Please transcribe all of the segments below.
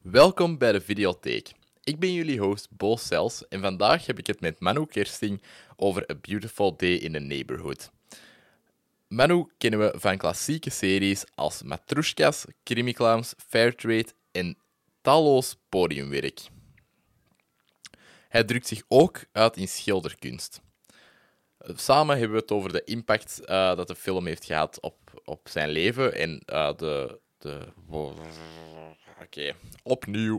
Welkom bij de Videotheek. Ik ben jullie host Bo Sels en vandaag heb ik het met Manu Kersting over A Beautiful Day in the Neighborhood. Manu kennen we van klassieke series als Matroeskas, Crimiclowns, Fairtrade en talloos podiumwerk. Hij drukt zich ook uit in schilderkunst. Samen hebben we het over de impact dat de film heeft gehad op zijn leven en Oké, opnieuw.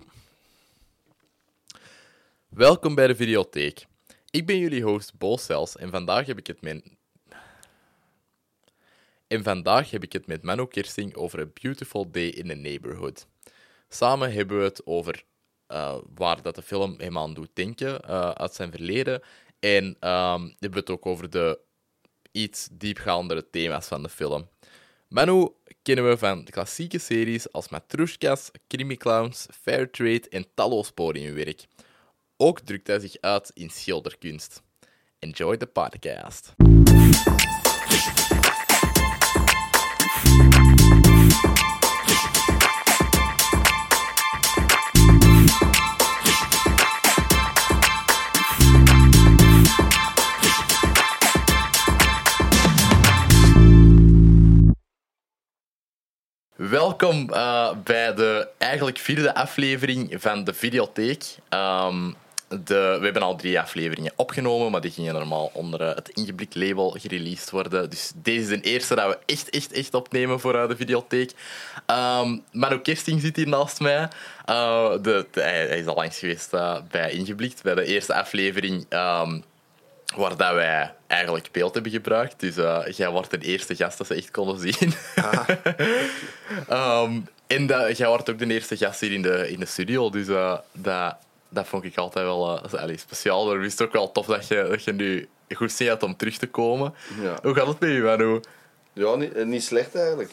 Welkom bij de Videotheek. Ik ben jullie host Bo Sels en vandaag heb ik het met Manu Kersting over A Beautiful Day in the Neighborhood. Samen hebben we het over waar dat de film hem aan doet denken uit zijn verleden. En hebben we het ook over de iets diepgaandere thema's van de film. Manu kennen we van klassieke series als Matroeskas, Crimiclowns, Fairtrade en talloos podiumwerk. Ook drukt hij zich uit in schilderkunst. Enjoy the podcast. Welkom bij de eigenlijk vierde aflevering van de Videotheek. We hebben al 3 afleveringen opgenomen, maar die gingen normaal onder het Ingeblikt label gereleased worden. Dus deze is de eerste dat we echt opnemen voor de Videotheek. Manu Kersting zit hier naast mij. Hij is al langs geweest bij Ingeblikt, bij de eerste aflevering waar dat wij eigenlijk beeld hebben gebruikt. Dus jij wordt de eerste gast dat ze echt konden zien. En jij wordt ook de eerste gast hier in de studio. Dus dat vond ik altijd wel speciaal. Maar het is ook wel tof dat je nu goed zin had om terug te komen. Ja. Hoe gaat het met je, Manu? Ja, niet slecht eigenlijk.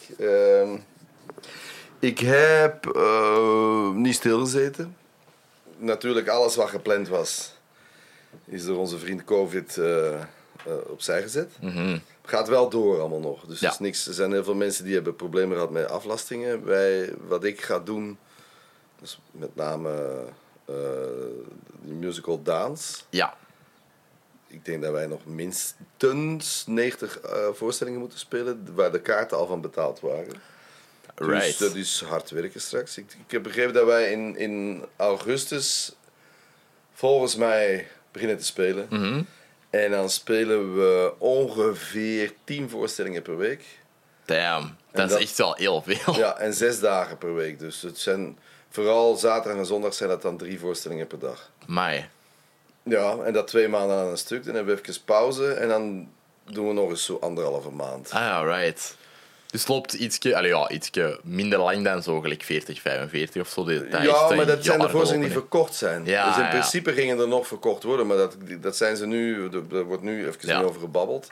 Ik heb niet stilgezeten. Natuurlijk, alles wat gepland was, is door onze vriend COVID opzij gezet. Mm-hmm. Het gaat wel door allemaal nog. Dus is niks. Er zijn heel veel mensen die hebben problemen gehad met aflastingen. Wat ik ga doen, dus met name musical Dance. Ja. Ik denk dat wij nog minstens 90 voorstellingen moeten spelen, waar de kaarten al van betaald waren. Right. Dus dat is hard werken straks. Ik heb begrepen dat wij in augustus volgens mij beginnen te spelen. Mm-hmm. En dan spelen we ongeveer 10 voorstellingen per week. Damn, dat is echt wel heel veel. Ja, en 6 dagen per week. Dus het zijn, vooral zaterdag en zondag zijn dat dan 3 voorstellingen per dag. Amai. Ja, en dat 2 maanden aan een stuk. Dan hebben we even pauze en dan doen we nog eens zo 1,5 maand. Ah, right. Dus het loopt ietsje minder lang dan zo, gelijk 40, 45 of zo. Maar dat zijn de voorstellingen die verkocht zijn. Ja, dus in principe gingen er nog verkocht worden, maar dat zijn ze nu, er wordt nu even niet over gebabbeld.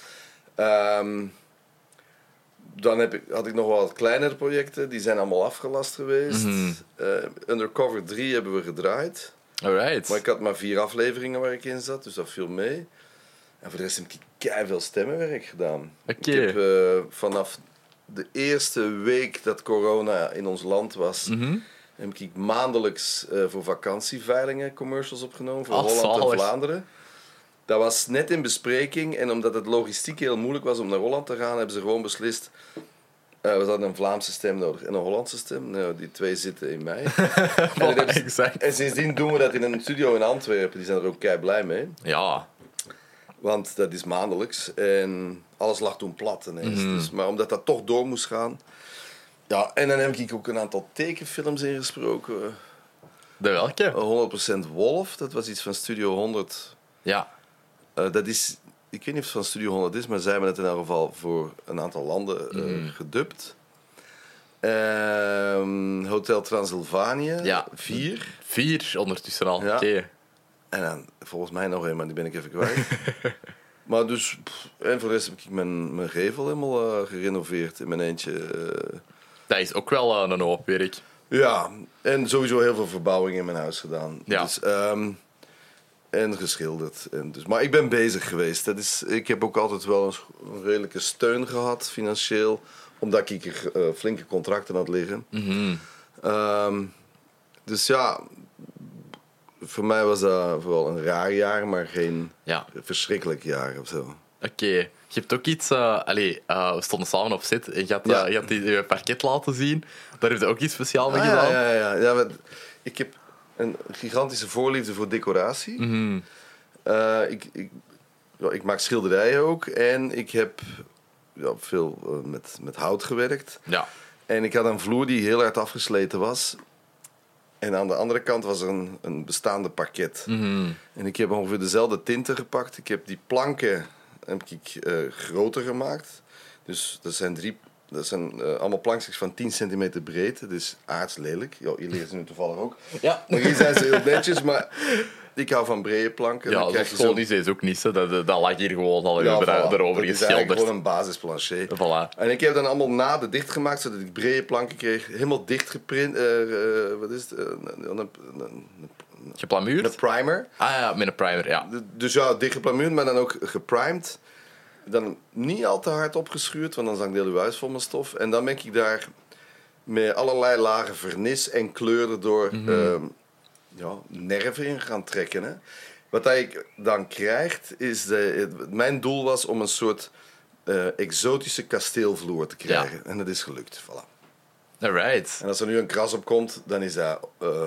Dan had ik nog wel wat kleinere projecten, die zijn allemaal afgelast geweest. Mm-hmm. Undercover 3 hebben we gedraaid. Alright. Maar ik had maar 4 afleveringen waar ik in zat, dus dat viel mee. En voor de rest heb ik keiveel stemmenwerk gedaan. Okay. Ik heb vanaf de eerste week dat corona in ons land was, mm-hmm, heb ik maandelijks voor vakantieveilingen commercials opgenomen voor Holland en Vlaanderen. Dat was net in bespreking en omdat het logistiek heel moeilijk was om naar Holland te gaan, hebben ze gewoon beslist, we hadden een Vlaamse stem nodig en een Hollandse stem. Nou, die 2 zitten in mij. En sindsdien doen we dat in een studio in Antwerpen. Die zijn er ook kei blij mee. Ja. Want dat is maandelijks. En alles lag toen plat ineens. Mm-hmm. Dus, maar omdat dat toch door moest gaan. Ja, en dan heb ik ook een aantal tekenfilms ingesproken. De welke? 100% Wolf. Dat was iets van Studio 100. Ja. Dat is, ik weet niet of het van Studio 100 is, maar zij hebben het in elk geval voor een aantal landen gedubt. Hotel Transylvanië. Ja. 4. 4 ondertussen al. Ja. Okay. En dan volgens mij nog een, maar die ben ik even kwijt. Maar dus, en voor de rest heb ik mijn gevel helemaal gerenoveerd in mijn eentje. Dat is ook wel een hoop werk. Ja, en sowieso heel veel verbouwing in mijn huis gedaan. Ja. Dus, en geschilderd. En dus, maar ik ben bezig geweest. Ik heb ook altijd wel een redelijke steun gehad, financieel. Omdat ik flinke contracten had liggen. Mm-hmm. Dus ja, voor mij was dat vooral een raar jaar, maar geen verschrikkelijk jaar of zo. Oké. Je hebt ook iets... we stonden samen op set en je had je parket laten zien. Daar heb je ook iets speciaals mee gedaan. Ja, ik heb een gigantische voorliefde voor decoratie. Mm-hmm. Ik maak schilderijen ook. En ik heb veel met hout gewerkt. Ja. En ik had een vloer die heel hard afgesleten was. En aan de andere kant was er een bestaande parket. Mm-hmm. En ik heb ongeveer dezelfde tinten gepakt. Ik heb die planken groter gemaakt. Dus dat zijn allemaal plankjes van 10 centimeter breed. Dat is aardslelijk. Ja, je leert ze nu toevallig ook. Ja. Maar hier zijn ze heel netjes, maar ik hou van brede planken. Ja, dat is gewoon niet ook niet. Dat lag hier gewoon al erover Dat is geschilderd. eigenlijk gewoon een basisplancher. Voilà. En ik heb dan allemaal naden dichtgemaakt, zodat ik brede planken kreeg. Helemaal dicht geprint. Wat is het? Geplamuurd? Een primer. Ah ja, met een primer, ja. Dus ja, dicht geplamuurd, maar dan ook geprimed. Dan niet al te hard opgeschuurd, want dan zang de hele huis vol met stof. En dan ben ik daar met allerlei lagen vernis en kleuren door nerven in gaan trekken. Hè. Wat ik dan krijgt, is... mijn doel was om een soort exotische kasteelvloer te krijgen. Ja. En dat is gelukt, voilà. Alright. En als er nu een kras op komt, dan is dat...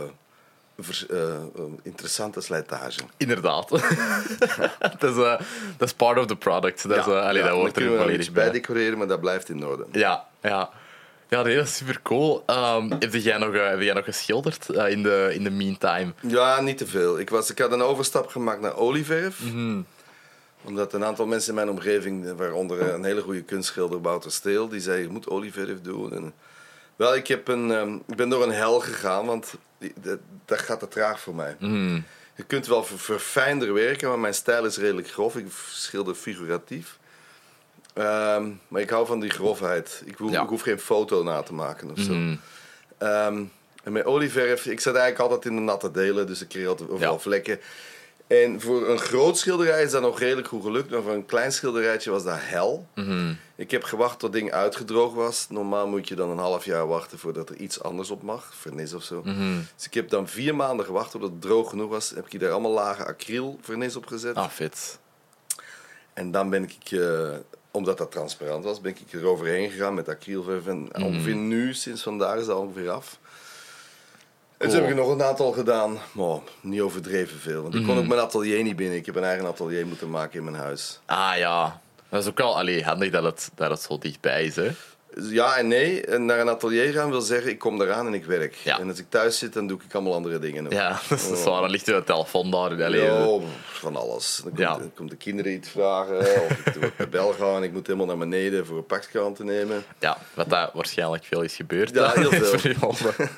interessante slijtage. Inderdaad. Dat is part of the product. Dat hoort er volledig bij. Decoreren, maar dat blijft in orde. Ja. Ja, nee, dat is super cool. Heb jij nog geschilderd in de meantime? Ja, niet te veel. Ik had een overstap gemaakt naar olieverf. Mm-hmm. Omdat een aantal mensen in mijn omgeving, waaronder een hele goede kunstschilder, Wouter Steel, die zei, je moet olieverf doen. En, wel, ik ben door een hel gegaan, want dat gaat te traag voor mij. Mm. Je kunt wel verfijnder werken, maar mijn stijl is redelijk grof. Ik schilder figuratief. Maar ik hou van die grofheid. Ik hoef geen foto na te maken of zo. Mm. En met olieverf, ik zat eigenlijk altijd in de natte delen, dus ik kreeg altijd overal vlekken. En voor een groot schilderij is dat nog redelijk goed gelukt, maar voor een klein schilderijtje was dat hel. Mm-hmm. Ik heb gewacht tot het ding uitgedroogd was. Normaal moet je dan een half jaar wachten voordat er iets anders op mag, vernis of zo. Mm-hmm. Dus ik heb dan 4 maanden gewacht totdat het droog genoeg was. Heb ik daar allemaal lagen acrylvernis op gezet. Ah, vet. En dan ben ik, omdat dat transparant was, ben ik eroverheen gegaan met acrylverf. En ongeveer nu, sinds vandaag, is dat ongeveer af. En toen heb ik er nog een aantal gedaan, maar niet overdreven veel. Want ik kon ook mijn atelier niet binnen. Ik heb een eigen atelier moeten maken in mijn huis. Ah ja, dat is ook wel handig dat het zo dichtbij is, hè? Ja en nee. En naar een atelier gaan wil zeggen, ik kom eraan en ik werk. Ja. En als ik thuis zit, dan doe ik allemaal andere dingen. Ook. Ja, dat is waar. Dan ligt je telefoon daar. Ja, van alles. Dan komt de kinderen iets vragen. Of ik moet naar bel gaan. Ik moet helemaal naar beneden voor een pakje aan te nemen. Ja, wat dat waarschijnlijk veel is gebeurd. Ja, heel veel.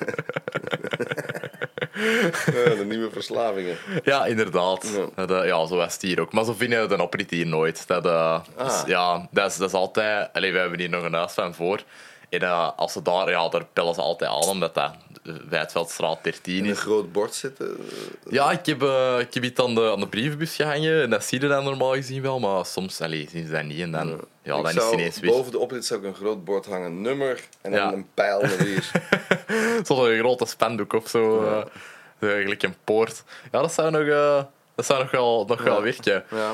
De nieuwe verslavingen. Ja, inderdaad. Ja. Zo was het hier ook. Maar zo vinden we de oprit hier nooit. Dat is altijd... we hebben hier nog een huis van voor. En als ze daar bellen ze altijd aan, omdat dat Wijdveldstraat 13 in is. Een groot bord zitten? Ja, ik heb iets aan de brievenbus gehangen. En dat zie je dan normaal gezien wel. Maar soms zien ze dat niet. En dan, dan is het ineens weg. Boven de oprit zou ik een groot bord hangen. Nummer en dan een pijl naar hier. Zo'n grote spandoek of zo. Eigenlijk een poort. Ja, dat zou nog wel werken. Ja.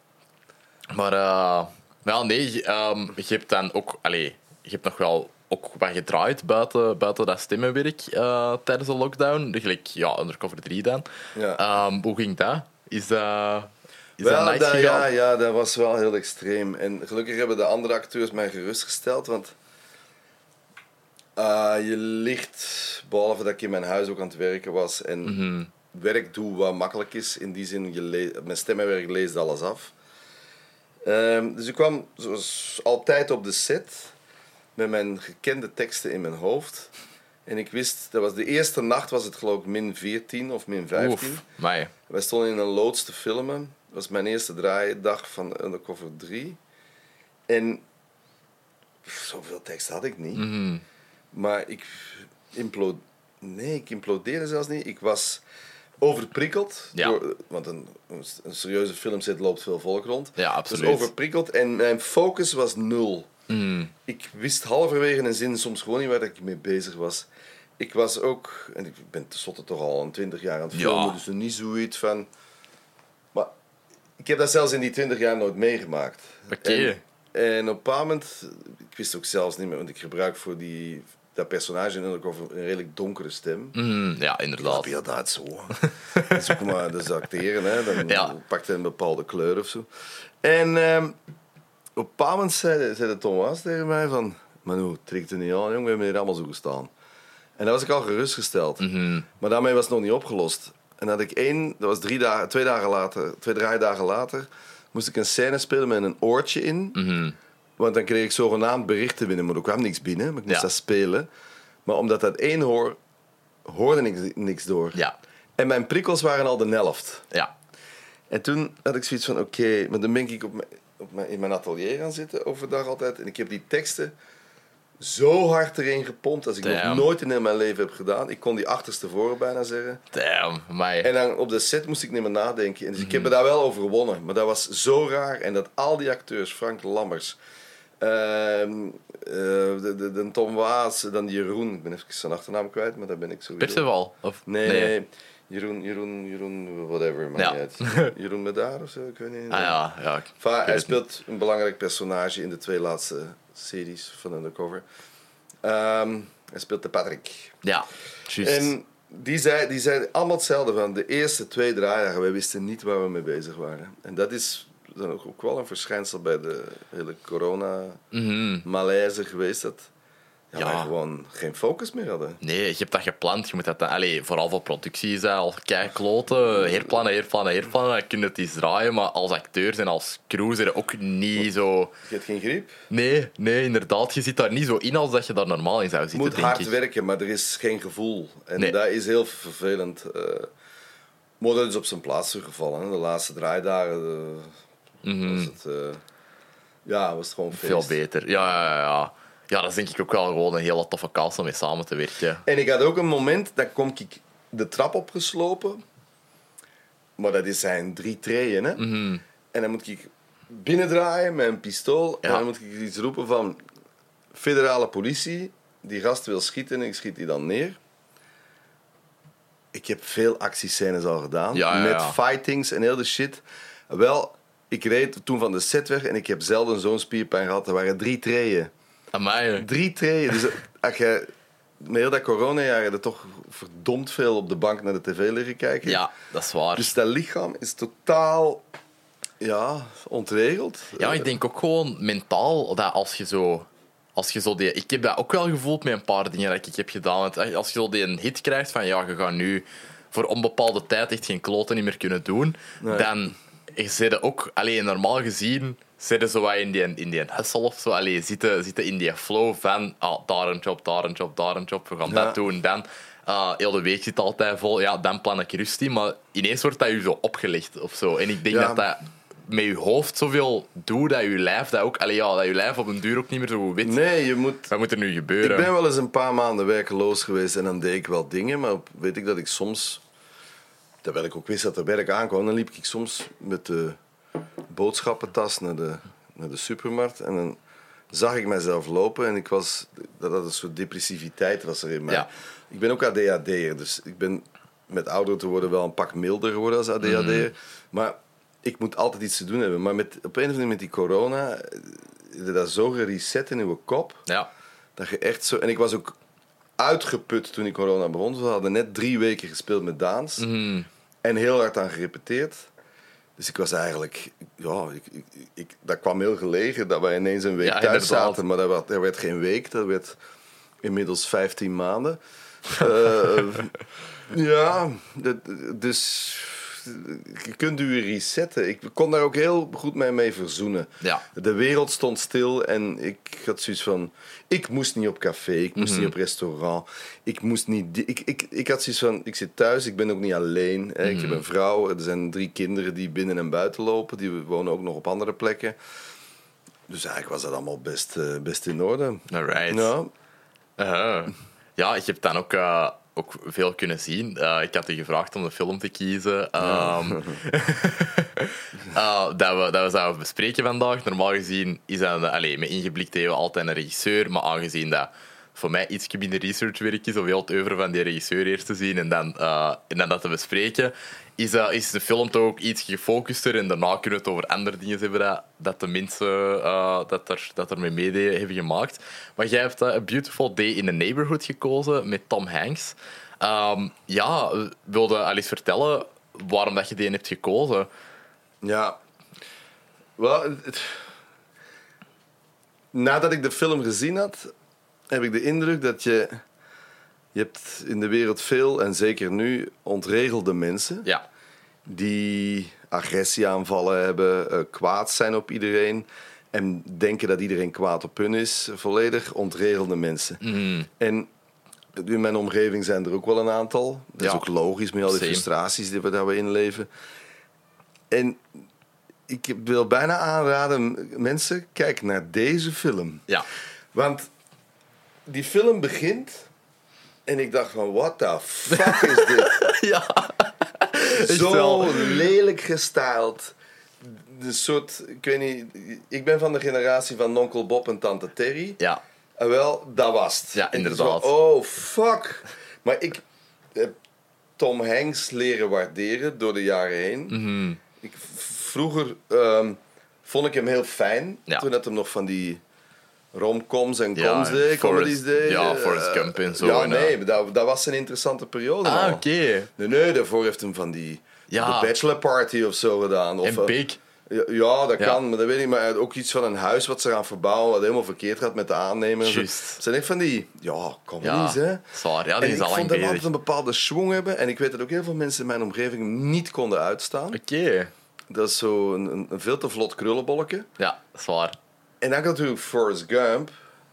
Maar nee, je hebt dan ook... je hebt nog wel ook wat gedraaid buiten dat stemmenwerk tijdens de lockdown. Gelijk, Undercover 3 dan. Ja. Hoe ging dat? Is dat nice gegaan? Ja, dat was wel heel extreem. En gelukkig hebben de andere acteurs mij gerustgesteld, want je ligt, behalve dat ik in mijn huis ook aan het werken was en werk doe wat makkelijk is, in die zin, mijn stemmenwerk leest alles af. Dus ik kwam zoals altijd op de set met mijn gekende teksten in mijn hoofd. En ik wist, dat was de eerste nacht was het geloof ik -14 of -15. Oef, mij. Wij stonden in een loods te filmen. Dat was mijn eerste draaidag van Undercover 3. En zoveel tekst had ik niet. Mm-hmm. Maar ik implodeerde zelfs niet. Ik was overprikkeld. Ja. Want een serieuze filmset loopt veel volk rond. Ja, absoluut. Dus overprikkeld en mijn focus was 0. Mm. Ik wist halverwege een zin soms gewoon niet waar ik mee bezig was. ik was ook... En ik ben tenslotte toch al 20 jaar aan het filmen, dus er niet zoiets van... Maar ik heb dat zelfs in die 20 jaar nooit meegemaakt. Oké. En op een bepaald moment... Ik wist ook zelfs niet meer, want ik gebruik voor dat personage een redelijk donkere stem. Ja, inderdaad. Ja, dat is zo. Dus ook maar dus acteren, hè. Dan pakt hij een bepaalde kleur of zo. En op een bepaald moment zei de Thomas tegen mij van... Manu, trek het niet aan, jongen, we hebben hier allemaal zo gestaan. En dan was ik al gerustgesteld. Maar daarmee was het nog niet opgelost. En dat dat was 2 dagen later, moest ik een scène spelen met een oortje in. Want dan kreeg ik zogenaamd berichten binnen, maar er kwam niks binnen. Maar ik moest dat spelen. Maar omdat dat hoorde ik niks door. Ja. En mijn prikkels waren al de helft. Ja. En toen had ik zoiets van, oké, maar dan ben ik in mijn atelier gaan zitten overdag altijd. En ik heb die teksten zo hard erin gepompt als ik nog nooit in mijn leven heb gedaan. Ik kon die achterstevoren bijna zeggen. Damn, mij. En dan op de set moest ik niet meer nadenken. En dus ik heb me daar wel overwonnen. Maar dat was zo raar. En dat al die acteurs, Frank Lammers, de Tom Waas, dan die Jeroen. Ik ben even zijn achternaam kwijt, maar daar ben ik sowieso. Perceval? Of? Nee. Jeroen, whatever, maar niet uit. Jeroen Medaar of zo, ik weet niet. Ja. Hij speelt een belangrijk personage in de 2 laatste series van Undercover. Hij speelt de Patrick. Ja, juist. En die zei allemaal hetzelfde van de eerste 2 draaidagen. Wij wisten niet waar we mee bezig waren. En dat is dan ook wel een verschijnsel bij de hele corona-malaise geweest. Dat wij gewoon geen focus meer hadden. Nee, je hebt dat gepland. Je moet dat vooral voor productie is dat al kijkkloten. Heerplannen. Dan kun je het eens draaien. Maar als acteurs en als crew zijn ook niet zo... Je hebt geen griep? Nee, inderdaad. Je zit daar niet zo in als dat je daar normaal in zou zitten, Je moet denk hard ik. werken, maar er is geen gevoel. En dat is heel vervelend. Maar dat is op zijn plaats teruggevallen. Hè. De laatste draaidagen was het gewoon feest. Veel beter. Ja. Ja, dat is denk ik ook wel gewoon een hele toffe kans om mee samen te werken. En ik had ook een moment, dat kom ik de trap opgeslopen. Maar dat zijn 3 treien, hè. En dan moet ik binnendraaien met een pistool. En dan moet ik iets roepen van... Federale politie, die gast wil schieten en ik schiet die dan neer. Ik heb veel actiescènes al gedaan. Met fightings en heel de shit. Wel, ik reed toen van de set weg en ik heb zelden zo'n spierpijn gehad. Er waren 3 treien. Amai. 3 treien. Dus als je met heel dat coronajaar er toch verdomd veel op de bank naar de tv liggen kijken. Ja, dat is waar. Dus dat lichaam is totaal ontregeld. Ja, ik denk ook gewoon mentaal dat als je zo die... Ik heb dat ook wel gevoeld met een paar dingen dat ik heb gedaan. Als je zo die een hit krijgt van je gaat nu voor onbepaalde tijd echt geen kloten meer kunnen doen, dan zitten ook, normaal gezien, zitten zo wat in die hustle of zo, zitten in die flow van daar een job, we gaan dat doen, dan... heel de week zit altijd vol, dan plan ik rust in, maar ineens wordt dat je zo opgelegd of zo. En ik denk dat met je hoofd zoveel doet dat je lijf dat ook... dat je lijf op een duur ook niet meer zo goed weet. Nee, wat moet er nu gebeuren? Ik ben wel eens een paar maanden werkeloos geweest en dan deed ik wel dingen, maar weet ik dat ik soms... Terwijl ik ook wist dat er werk aankwam, dan liep ik soms met de boodschappentas naar de supermarkt en dan zag ik mezelf lopen en dat had een soort depressiviteit was er in mij. Ja. Ik ben ook ADHD'er, dus ik ben met ouder te worden wel een pak milder geworden als ADHD'er. Maar ik moet altijd iets te doen hebben. Maar op een of andere manier met die corona, dat zo gereset in uw kop. Ja. Dat je echt zo... En ik was ook uitgeput toen die corona begon. We hadden net 3 weken gespeeld met Daans. En heel hard aan gerepeteerd. Dus ik was eigenlijk... dat kwam heel gelegen dat wij ineens een week thuis zaten. Maar dat werd geen week. Dat werd inmiddels 15 maanden. Dus... Je kunt je resetten. Ik kon daar ook heel goed mee verzoenen. Ja. De wereld stond stil en ik had zoiets van... Ik moest niet op café, ik moest niet op restaurant. Ik moest niet... Ik had zoiets van... Ik zit thuis, ik ben ook niet alleen. Ik heb een vrouw, er zijn 3 kinderen die binnen en buiten lopen. Die wonen ook nog op andere plekken. Dus eigenlijk was dat allemaal best in orde. Alright. Ja, ik heb dan ook veel kunnen zien. Ik had je gevraagd om de film te kiezen. Dat we zouden bespreken vandaag. Normaal gezien is dat... met Ingeblikt hebben we altijd een regisseur. Maar aangezien dat voor mij iets minder researchwerk is, of heel het oeuvre van die regisseur eerst te zien en dan dat te bespreken, is de film toch ook iets gefocuster en daarna kunnen we het over andere dingen hebben dat de mensen dat er mee meededen hebben gemaakt. Maar jij hebt A Beautiful Day in the Neighborhood gekozen met Tom Hanks. Wilde Alice vertellen waarom dat je die hebt gekozen? Ja, nadat ik de film gezien had, heb ik de indruk dat je hebt in de wereld veel, en zeker nu, ontregelde mensen. Ja. Die agressieaanvallen hebben, kwaad zijn op iedereen en denken dat iedereen kwaad op hun is. Volledig ontregelde mensen. Mm. En in mijn omgeving zijn er ook wel een aantal. Dat is ook logisch met al die frustraties die we inleven. En ik wil bijna aanraden, mensen, kijk naar deze film. Ja. Want die film begint en ik dacht van, what the fuck is dit? Ja. Zo lelijk gestyled. De soort, ik weet niet, ik ben van de generatie van Onkel Bob en Tante Terry. Ja. En wel, dat was het. Ja, inderdaad. Zo, oh, fuck. Maar ik heb Tom Hanks leren waarderen door de jaren heen. Mm-hmm. Vroeger vond ik hem heel fijn. Ja. Toen had hem nog van die romcoms en comedies deed. Ja, Forrest Gump en zo. Ja, nee, dat was een interessante periode. Ah, oké. Nee, daarvoor heeft hem van die The Bachelor Party of zo gedaan. Of, en Big. Ja, dat kan, maar dat weet ik. Maar ook iets van een huis wat ze gaan verbouwen, wat helemaal verkeerd gaat met de aannemer. Het zijn echt van die, comedies, hè. Zwaar, ja, die en is al lang bezig. Ik vond dat altijd een bepaalde schwung hebben. En ik weet dat ook heel veel mensen in mijn omgeving niet konden uitstaan. Oké. Dat is zo een veel te vlot krullenbolletje. Ja, zwaar. En dan natuurlijk Forrest Gump.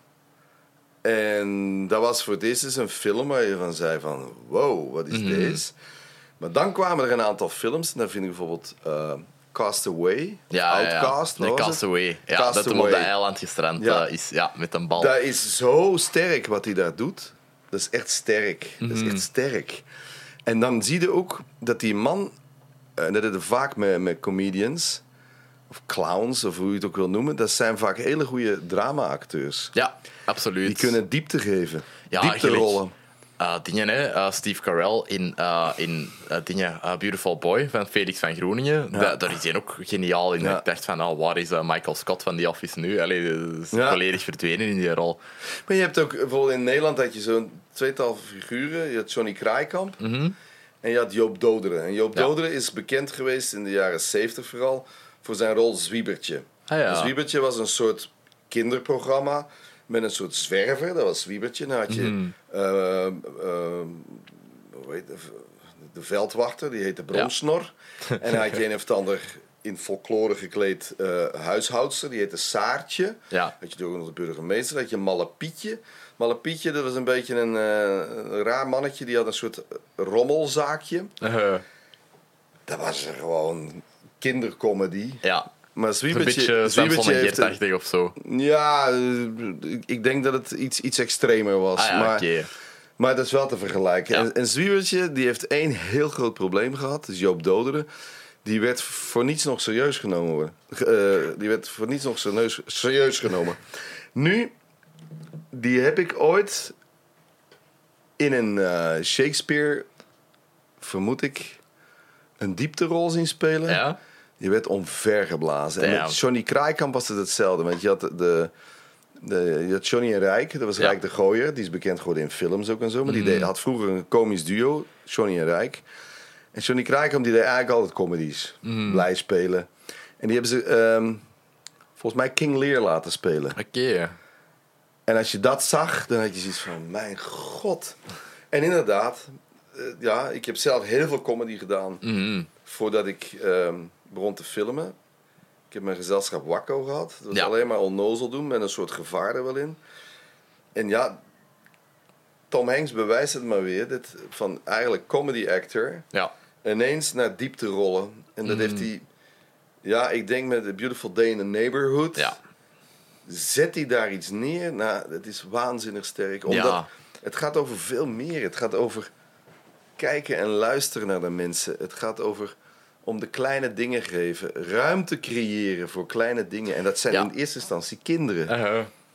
En dat was voor deze eens een film waar je van zei van, wow, wat is deze? Maar dan kwamen er een aantal films. En dan vind ik bijvoorbeeld Castaway. Outcast. Nee, Castaway. Ja, Castaway. dat hem op dat eiland gestrand is. Ja, met een bal. Dat is zo sterk wat hij daar doet. Dat is echt sterk. Dat is echt sterk. En dan zie je ook dat die man... En dat is vaak met comedians... Of clowns, of hoe je het ook wil noemen. Dat zijn vaak hele goede drama-acteurs. Ja, absoluut. Die kunnen diepte geven. Ja, diepte-rollen. Dingen, hè. Steve Carell in Beautiful Boy van Felix van Groeningen. Ja. Daar is hij ook geniaal in. Ja. Ik dacht van, waar is Michael Scott van The Office nu? Allee, dat is volledig verdwenen in die rol. Maar je hebt ook, bijvoorbeeld in Nederland had je zo'n tweetal figuren. Je had Johnny Kraaikamp en je had Joop Doderen. En Joop Doderen is bekend geweest in de jaren 70 vooral voor zijn rol Zwiebertje. Ah, ja. Zwiebertje was een soort kinderprogramma met een soort zwerver. Dat was Zwiebertje. Dan had je de veldwachter, die heette Bronsnor. Ja. En dan had je een of ander in folklore gekleed huishoudster, die heette Saartje. Ja. Had je door de burgemeester. Dan had je Malle Pietje. Malle Pietje, dat was een beetje een raar mannetje. Die had een soort rommelzaakje. Dat was gewoon kindercomedy. Ja. Maar Zwiebertje, een beetje Samson en Geert-achtig of zo. Ja, ik denk dat het iets extremer was. Ah, ja, okay. Maar dat is wel te vergelijken. Ja. En Zwiebertje, die heeft één heel groot probleem gehad. Dat is Joop Doderen. Die werd voor niets nog serieus genomen. Serieus genomen. Nu, die heb ik ooit in een Shakespeare, vermoed ik, een diepterol zien spelen. Ja. Die werd omvergeblazen. En met Johnny Kraaikamp was het hetzelfde. Want je had Johnny en Rijk. Dat was Rijk de Gooier. Die is bekend geworden in films ook en zo. Maar die had vroeger een komisch duo. Johnny en Rijk. En Johnny Kraaikamp die deed eigenlijk altijd comedies. Blij spelen. En die hebben ze volgens mij King Lear laten spelen. Oké. En als je dat zag, dan had je zoiets van, mijn god. En inderdaad, ik heb zelf heel veel comedy gedaan. Voordat ik begon te filmen. Ik heb mijn gezelschap Wakko gehad. Dat was alleen maar onnozel doen, met een soort gevaar er wel in. En ja, Tom Hanks bewijst het maar weer. Dit van eigenlijk comedy actor ineens naar diepte rollen. En dat heeft hij, ik denk met A Beautiful Day in the Neighborhood. Ja. Zet hij daar iets neer? Nou, het is waanzinnig sterk. Omdat het gaat over veel meer. Het gaat over kijken en luisteren naar de mensen. Het gaat over om de kleine dingen geven. Ruimte creëren voor kleine dingen. En dat zijn in eerste instantie kinderen.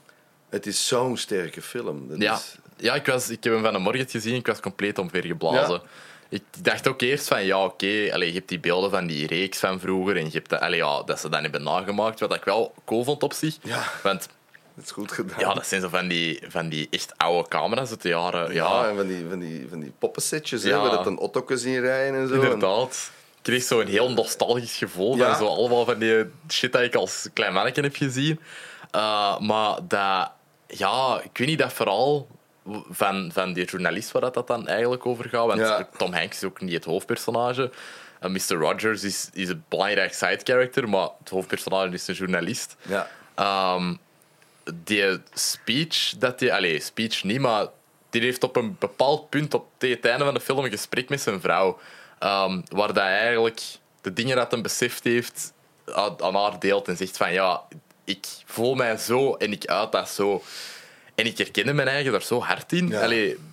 Het is zo'n sterke film. Ja, ik heb hem van de morgen gezien. Ik was compleet omvergeblazen. Ja. Ik dacht ook eerst van, je hebt die beelden van die reeks van vroeger en je hebt dat ze dat hebben nagemaakt, wat ik wel cool vond op zich. Ja, want, dat is goed gedaan. Ja, dat zijn zo van die echt oude camera's uit de jaren... Ja, en van die poppensetjes, waar dat een auto's in rijden en zo. Inderdaad. Ik kreeg zo'n heel nostalgisch gevoel van zo allemaal van die shit dat ik als klein mannetje heb gezien. Maar dat... Ja, ik weet niet, dat vooral... Van die journalist waar dat dan eigenlijk over gaat. Want Tom Hanks is ook niet het hoofdpersonage. Mr. Rogers is een belangrijk side character, maar het hoofdpersonage is een journalist. Ja. Die speech, speech niet, maar die heeft op een bepaald punt op het einde van de film een gesprek met zijn vrouw. Waar dat eigenlijk de dingen dat hij beseft heeft aan haar deelt en zegt van ik voel mij zo en ik uit dat zo. En ik herkende mijn eigen daar zo hard in. Ja.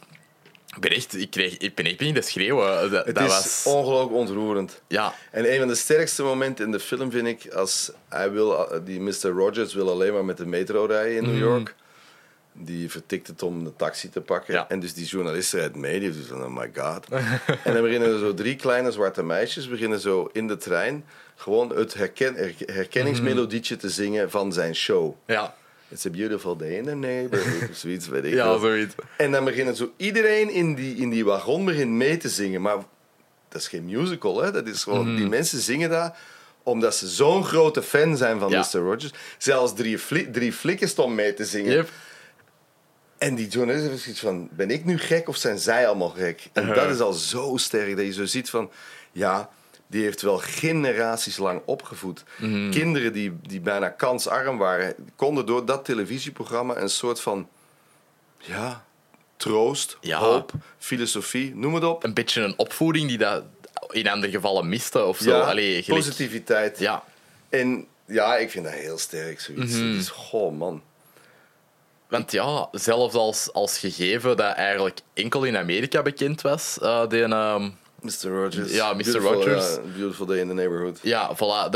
Ik ben echt niet te schreeuwen. Het is ongelooflijk ontroerend. Ja. En een van de sterkste momenten in de film vind ik... als die Mr. Rogers wil alleen maar met de metro rijden in New York. Die vertikt het om de taxi te pakken. Ja. En dus die journalist rijdt mee. Die heeft van, oh my god. En dan beginnen er zo 3 kleine zwarte meisjes... beginnen zo in de trein... gewoon het herkenningsmelodietje te zingen van zijn show. Ja. It's a beautiful day in the neighborhood. Of zoiets, weet ik ja, wel. Zoiets. En dan begint zo iedereen in die wagon begint mee te zingen. Maar dat is geen musical, hè. Dat is gewoon... Die mensen zingen dat omdat ze zo'n grote fan zijn van Mr. Rogers. Zelfs 3 flikken stonden mee te zingen. Yep. En die journalist heeft zoiets van... Ben ik nu gek of zijn zij allemaal gek? En dat is al zo sterk dat je zo ziet van... Ja... Die heeft wel generaties lang opgevoed. Kinderen die bijna kansarm waren... konden door dat televisieprogramma een soort van... troost, hoop, filosofie, noem het op. Een beetje een opvoeding die dat in andere gevallen miste of zo. Ja, positiviteit. Ja. En ik vind dat heel sterk, zoiets. Dus, man. Want zelfs als gegeven dat eigenlijk enkel in Amerika bekend was... Mr. Rogers. Ja, Mr. Rogers. Beautiful Day in the Neighborhood. Ja, voilà.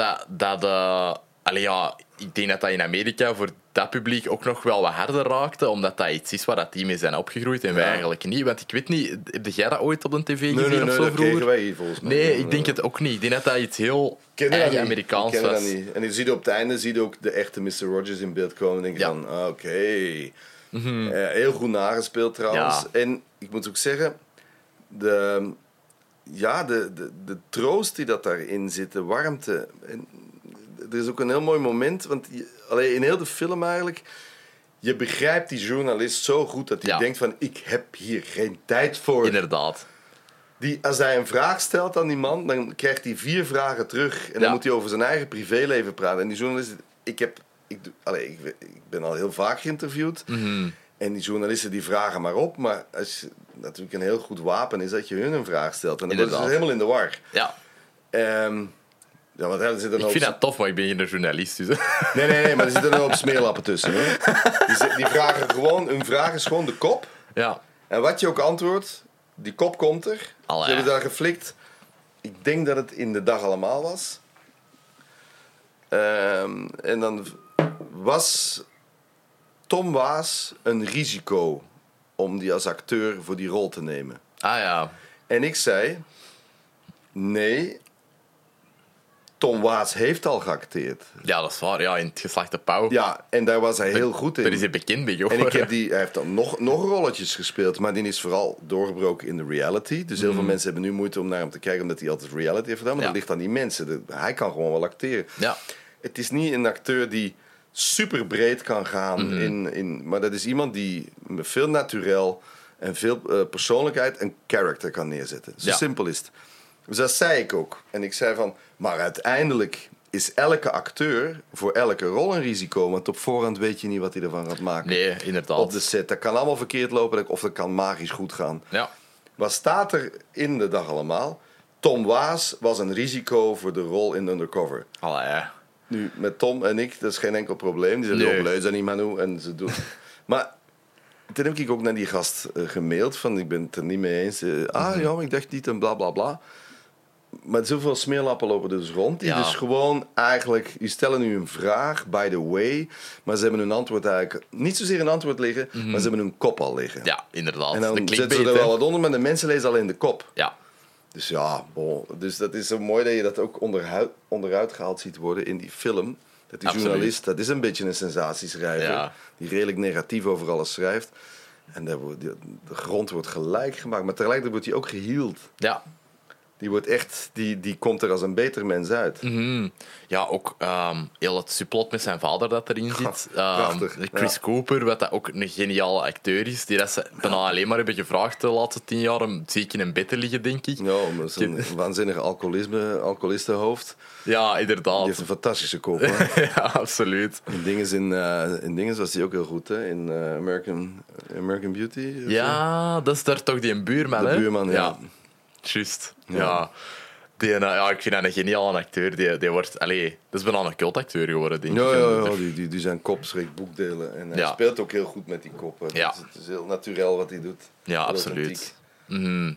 Ik denk dat in Amerika voor dat publiek ook nog wel wat harder raakte, omdat dat iets is waar dat die mee zijn opgegroeid en wij eigenlijk niet. Want ik weet niet, heb jij dat ooit op de tv gezien of zo dat vroeger? wij hier volgens mij. Nee, ik denk het ook niet. Ik denk dat iets heel Amerikaans was. Dat niet. En je ziet op het einde ook de echte Mr. Rogers in beeld komen en denk je van, oké. Heel goed nagespeeld trouwens. Ja. En ik moet ook zeggen, de troost die dat daarin zit, de warmte. En er is ook een heel mooi moment, want in heel de film eigenlijk, je begrijpt die journalist zo goed dat hij denkt van, ik heb hier geen tijd voor. Inderdaad. Als hij een vraag stelt aan die man, dan krijgt hij 4 vragen terug. En dan moet hij over zijn eigen privéleven praten. En die journalist, ik ben al heel vaak geïnterviewd. En die journalisten die vragen maar op. Maar als je natuurlijk een heel goed wapen is dat je hun een vraag stelt. En dan worden ze helemaal in de war. Ja. Want er zit ik vind dat tof, maar ik ben geen journalist. Dus. Nee, maar er zitten een hoop smeerlappen tussen. Hè. Die vragen gewoon... Hun vraag is gewoon de kop. Ja. En wat je ook antwoordt, die kop komt er. Ze hebben daar geflikt. Ik denk dat het in de dag allemaal was. En dan was Tom Waas een risico om die als acteur voor die rol te nemen. Ah ja. En ik zei, nee, Tom Waas heeft al geacteerd. Ja, dat is waar. Ja, in het geslacht De Pauw. Ja, en daar was hij heel goed in. Daar is hij bekend mee geworden. En hij heeft dan nog rolletjes gespeeld, maar die is vooral doorgebroken in de reality. Dus heel veel mensen hebben nu moeite om naar hem te kijken, omdat hij altijd reality heeft gedaan. Maar dat ligt aan die mensen. Hij kan gewoon wel acteren. Ja. Het is niet een acteur die super breed kan gaan, maar dat is iemand die met veel naturel en veel persoonlijkheid een character kan neerzetten. Zo simpel is het. Dus dat zei ik ook. En ik zei van, maar uiteindelijk is elke acteur voor elke rol een risico, want op voorhand weet je niet wat hij ervan gaat maken. Nee, inderdaad. Op de set. Dat kan allemaal verkeerd lopen of dat kan magisch goed gaan. Ja. Wat staat er in de dag allemaal? Tom Waas was een risico voor de rol in Undercover. Ja. Nu, met Tom en ik, dat is geen enkel probleem. Die zijn blij zijn niet Manu en ze doen. Maar toen heb ik ook naar die gast gemaild van, ik ben het er niet mee eens. Maar ik dacht niet en bla bla bla. Maar zoveel smeerlappen lopen dus rond. Die dus gewoon eigenlijk... Die stellen nu een vraag, by the way. Maar ze hebben hun antwoord eigenlijk... Niet zozeer een antwoord liggen, maar ze hebben hun kop al liggen. Ja, inderdaad. En dan zetten ze er wel wat onder, maar de mensen lezen alleen de kop. Ja. Dus ja, dus dat is zo mooi dat je dat ook onderuit gehaald ziet worden in die film. Dat die journalist, dat is een beetje een sensatieschrijver. Ja. Die redelijk negatief over alles schrijft. En de grond wordt gelijk gemaakt. Maar tegelijkertijd wordt hij ook geheeld. Ja. Die wordt echt, die komt er als een beter mens uit. Mm-hmm. Ja, ook heel het subplot met zijn vader dat erin zit. Prachtig. Chris Cooper, wat dat ook een geniale acteur is. Die dat ze bijna alleen maar hebben gevraagd de laatste 10 jaar om ziek in een bed te liggen, denk ik. Ja, met zijn waanzinnig alcoholistenhoofd. Ja, inderdaad. Die heeft een fantastische kop. Ja, absoluut. In dingen was hij ook heel goed, hè? In American Beauty. Ja, dat is daar toch die buurman, hè? De buurman, ja. Juist, ja. Ik vind dat een geniale acteur. Die wordt... dat is bijna een cultacteur geworden, denk ik. Ja, die zijn kop schrikt boekdelen. En hij speelt ook heel goed met die kop. Ja. Het is heel natuurlijk wat hij doet. Ja, absoluut. Mm-hmm.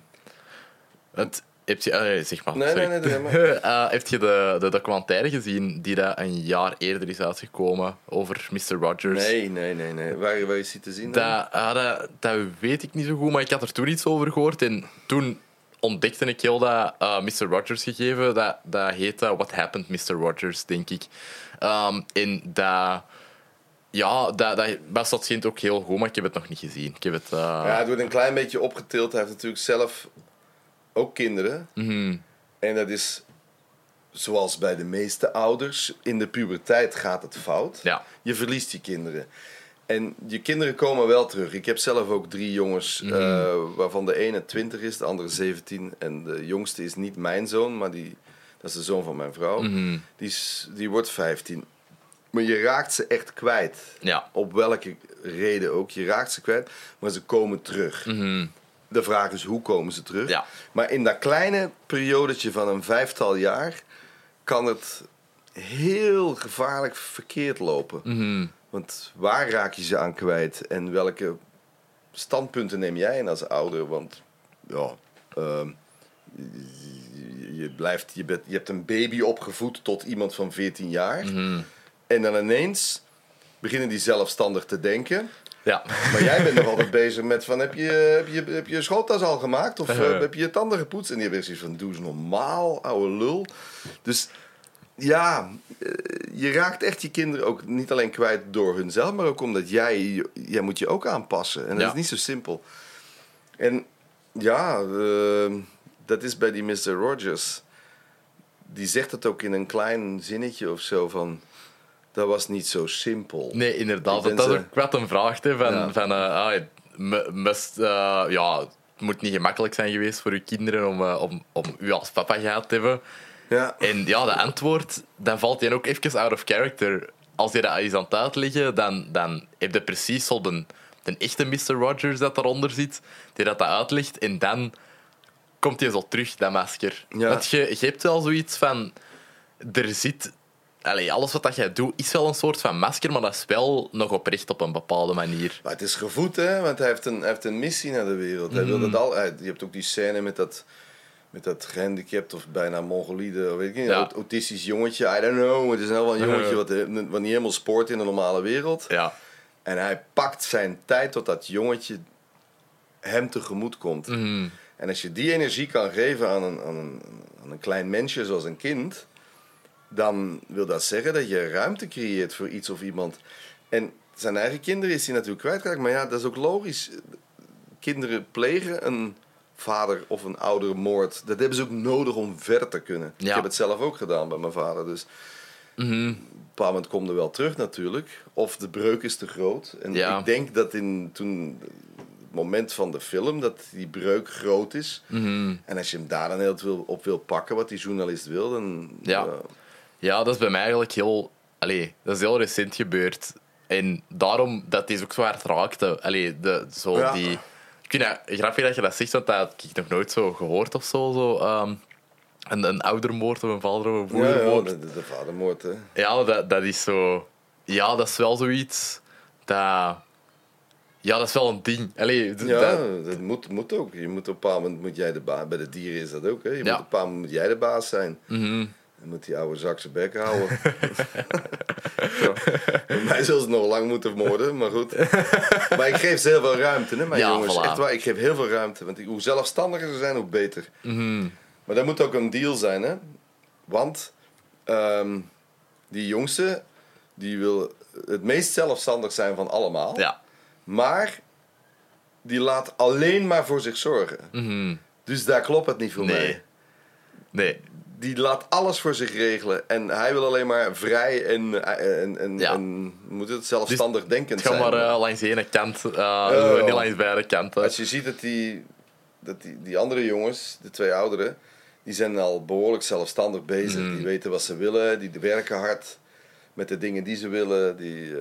Zeg maar. Nee. Heb je de documentaire gezien die dat een jaar eerder is uitgekomen over Mr. Rogers? Nee. Waar is hij te zien? Dat weet ik niet zo goed, maar ik had er toen iets over gehoord. En toen ontdekte ik heel dat Mr. Rogers gegeven. Dat heet What Happened Mr. Rogers, denk ik. En dat... Ja, dat was dat schijnt ook heel goed, maar ik heb het nog niet gezien. Het wordt een klein beetje opgetild. Hij heeft natuurlijk zelf ook kinderen. Mm-hmm. En dat is, zoals bij de meeste ouders, in de puberteit gaat het fout. Ja. Je verliest je kinderen. En je kinderen komen wel terug. Ik heb zelf ook 3 jongens, waarvan de ene 20 is, de andere 17. En de jongste is niet mijn zoon, maar dat is de zoon van mijn vrouw. Mm-hmm. Die wordt 15. Maar je raakt ze echt kwijt. Ja. Op welke reden ook. Je raakt ze kwijt, maar ze komen terug. Mm-hmm. De vraag is, hoe komen ze terug? Ja. Maar in dat kleine periodetje van een 5-tal jaar kan het heel gevaarlijk verkeerd lopen. Mm-hmm. Want waar raak je ze aan kwijt? En welke standpunten neem jij in als ouder? Want ja, je hebt een baby opgevoed tot iemand van 14 jaar. Mm-hmm. En dan ineens beginnen die zelfstandig te denken. Ja. Maar jij bent nog altijd bezig met van, heb je je schooltas al gemaakt? Of heb je je tanden gepoetst? En die hebben zoiets van, doe eens normaal, ouwe lul. Dus ja, je raakt echt je kinderen ook niet alleen kwijt door hunzelf, maar ook omdat jij moet je ook aanpassen. En dat is niet zo simpel. En ja, dat is bij die Mr. Rogers. Die zegt het ook in een klein zinnetje of zo van... Dat was niet zo simpel. Nee, inderdaad. Dat is ook wat een vraag. Het moet niet gemakkelijk zijn geweest voor uw kinderen om u als papa gehad te hebben. Ja. En ja, de antwoord, dan valt hij ook even out of character. Als je dat is aan het uitleggen, dan heb je precies zo de echte Mr. Rogers dat daaronder zit, die dat uitlegt. En dan komt hij zo terug, dat masker. Ja. Want je hebt wel zoiets van... Er zit... alles wat jij doet is wel een soort van masker, maar dat is wel nog oprecht op een bepaalde manier. Maar het is gevoed, hè? Want hij heeft een missie naar de wereld. Hij wil dat je hebt ook die scène met dat gehandicapt of bijna mongolide, weet ik niet, autistisch jongetje. I don't know. Het is wel een jongetje wat niet helemaal spoort in de normale wereld. Ja. En hij pakt zijn tijd tot dat jongetje hem tegemoet komt. Mm-hmm. En als je die energie kan geven aan een klein mensje zoals een kind, dan wil dat zeggen dat je ruimte creëert voor iets of iemand. En zijn eigen kinderen is hij natuurlijk kwijtgeraakt. Maar ja, dat is ook logisch. Kinderen plegen een vader of een oudermoord. Dat hebben ze ook nodig om verder te kunnen. Ja. Ik heb het zelf ook gedaan bij mijn vader. Dus op een bepaald moment komt er wel terug natuurlijk. Of de breuk is te groot. En ik denk dat toen het moment van de film, dat die breuk groot is. Mm-hmm. En als je hem daar dan heel op wil pakken, wat die journalist wil, dan... Ja, dat is bij mij eigenlijk heel... dat is heel recent gebeurd. En daarom, dat is ook zo hard raakte. Ik vind het grappig dat je dat zegt, want dat heb ik nog nooit zo gehoord of zo. Een oudermoord of een vader- of een broedermoord. Ja, de vadermoord, hè. Ja, dat is zo... Ja, dat is wel zoiets dat... Ja, dat is wel een ding. Allee, ja, dat moet ook. Je moet op een bepaald moment moet jij de baas... Bij de dieren is dat ook. Hè? Moet op een bepaald moment moet jij de baas zijn. Mm-hmm. Dan moet die oude zak zijn bek houden. Zo. Bij mij zullen ze nog lang moeten worden, maar goed. Maar ik geef ze heel veel ruimte, hè, mijn jongens. Voilà. Echt waar, ik geef heel veel ruimte. Want hoe zelfstandiger ze zijn, hoe beter. Mm-hmm. Maar dat moet ook een deal zijn, hè. Want die jongste, die wil het meest zelfstandig zijn van allemaal. Ja. Maar die laat alleen maar voor zich zorgen. Mm-hmm. Dus daar klopt het niet voor mij. Nee. Die laat alles voor zich regelen. En hij wil alleen maar vrij en moet het zelfstandig denkend zijn. Het gaat maar langs de ene kant, niet langs beide kanten. Als je ziet dat die andere jongens, de twee ouderen, die zijn al behoorlijk zelfstandig bezig. Mm. Die weten wat ze willen, die werken hard met de dingen die ze willen.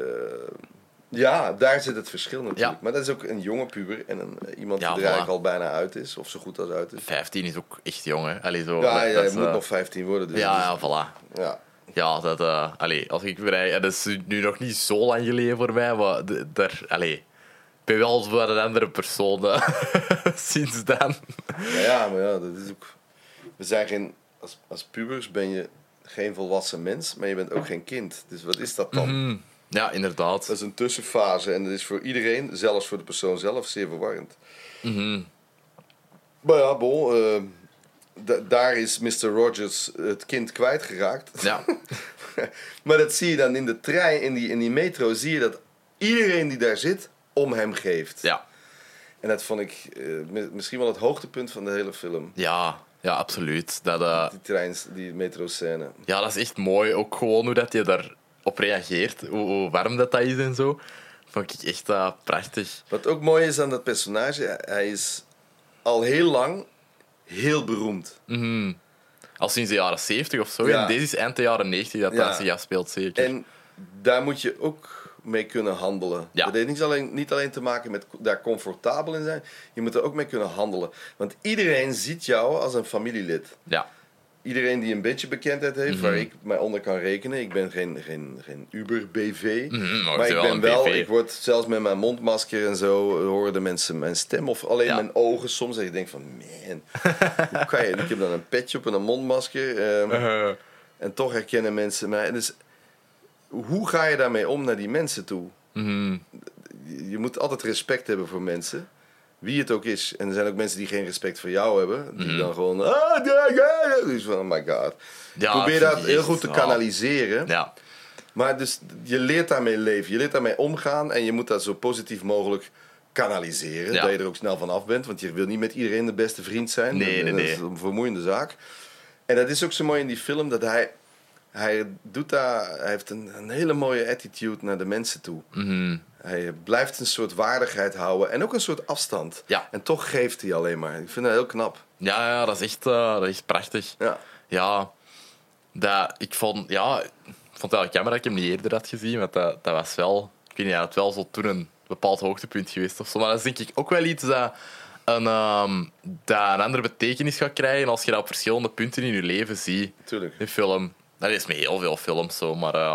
Ja, daar zit het verschil natuurlijk. Ja. Maar dat is ook een jonge puber en iemand die er eigenlijk al bijna uit is, of zo goed als uit is. 15 is ook echt jong, hè? Allee, zo, je moet nog 15 worden. Dus voilà. Ja, dat... als ik vrij... Dat is nu nog niet zo lang geleden voor mij, maar ik ben wel voor een andere persoon sinds dan. Maar dat is ook... We zijn geen... Als pubers ben je geen volwassen mens, maar je bent ook geen kind. Dus wat is dat dan? Mm-hmm. Ja, inderdaad. Dat is een tussenfase en dat is voor iedereen, zelfs voor de persoon zelf, zeer verwarrend. Mm-hmm. Maar ja, daar is Mr. Rogers het kind kwijtgeraakt. Ja. Maar dat zie je dan in de trein, in die metro, zie je dat iedereen die daar zit, om hem geeft. Ja. En dat vond ik misschien wel het hoogtepunt van de hele film. Ja, absoluut. Die metro-scène. Ja, dat is echt mooi. Ook gewoon hoe dat je daar op reageert, hoe warm dat is en zo. Vond ik echt prachtig. Wat ook mooi is aan dat personage, hij is al heel lang heel beroemd. Mm-hmm. Al sinds de jaren 70 of zo. Ja. En deze is eind de jaren 90 dat zich afspeelt, zeker. En daar moet je ook mee kunnen handelen. Ja. Dat heeft niet alleen te maken met daar comfortabel in zijn. Je moet er ook mee kunnen handelen. Want iedereen ziet jou als een familielid. Ja. Iedereen die een beetje bekendheid heeft, waar ik mij onder kan rekenen. Ik ben geen Uber-BV. Maar ik word zelfs met mijn mondmasker en zo, horen de mensen mijn stem of alleen mijn ogen soms. En ik denk van, man, hoe kan je? Ik heb dan een petje op en een mondmasker. En toch herkennen mensen mij. Dus hoe ga je daarmee om naar die mensen toe? Mm-hmm. Je moet altijd respect hebben voor mensen. Wie het ook is. En er zijn ook mensen die geen respect voor jou hebben. Die dan gewoon... Dus van, oh my god. Ja, probeer dat heel goed te kanaliseren. Ja. Maar dus je leert daarmee leven. Je leert daarmee omgaan. En je moet dat zo positief mogelijk kanaliseren. Ja. Dat je er ook snel van af bent. Want je wil niet met iedereen de beste vriend zijn. Nee. Dat is een vermoeiende zaak. En dat is ook zo mooi in die film. Dat hij doet daar... Hij heeft een hele mooie attitude naar de mensen toe. Mm-hmm. Hij blijft een soort waardigheid houden en ook een soort afstand. Ja. En toch geeft hij alleen maar. Ik vind dat heel knap. Ja, dat is echt prachtig. Ja. Ik vond het wel jammer dat ik hem niet eerder had gezien, want dat was wel... Ik weet niet, dat wel zo toen een bepaald hoogtepunt geweest of zo. Maar dat is denk ik ook wel iets dat een andere betekenis gaat krijgen als je dat op verschillende punten in je leven ziet. Tuurlijk. Die film. Dat is met heel veel films zo, maar...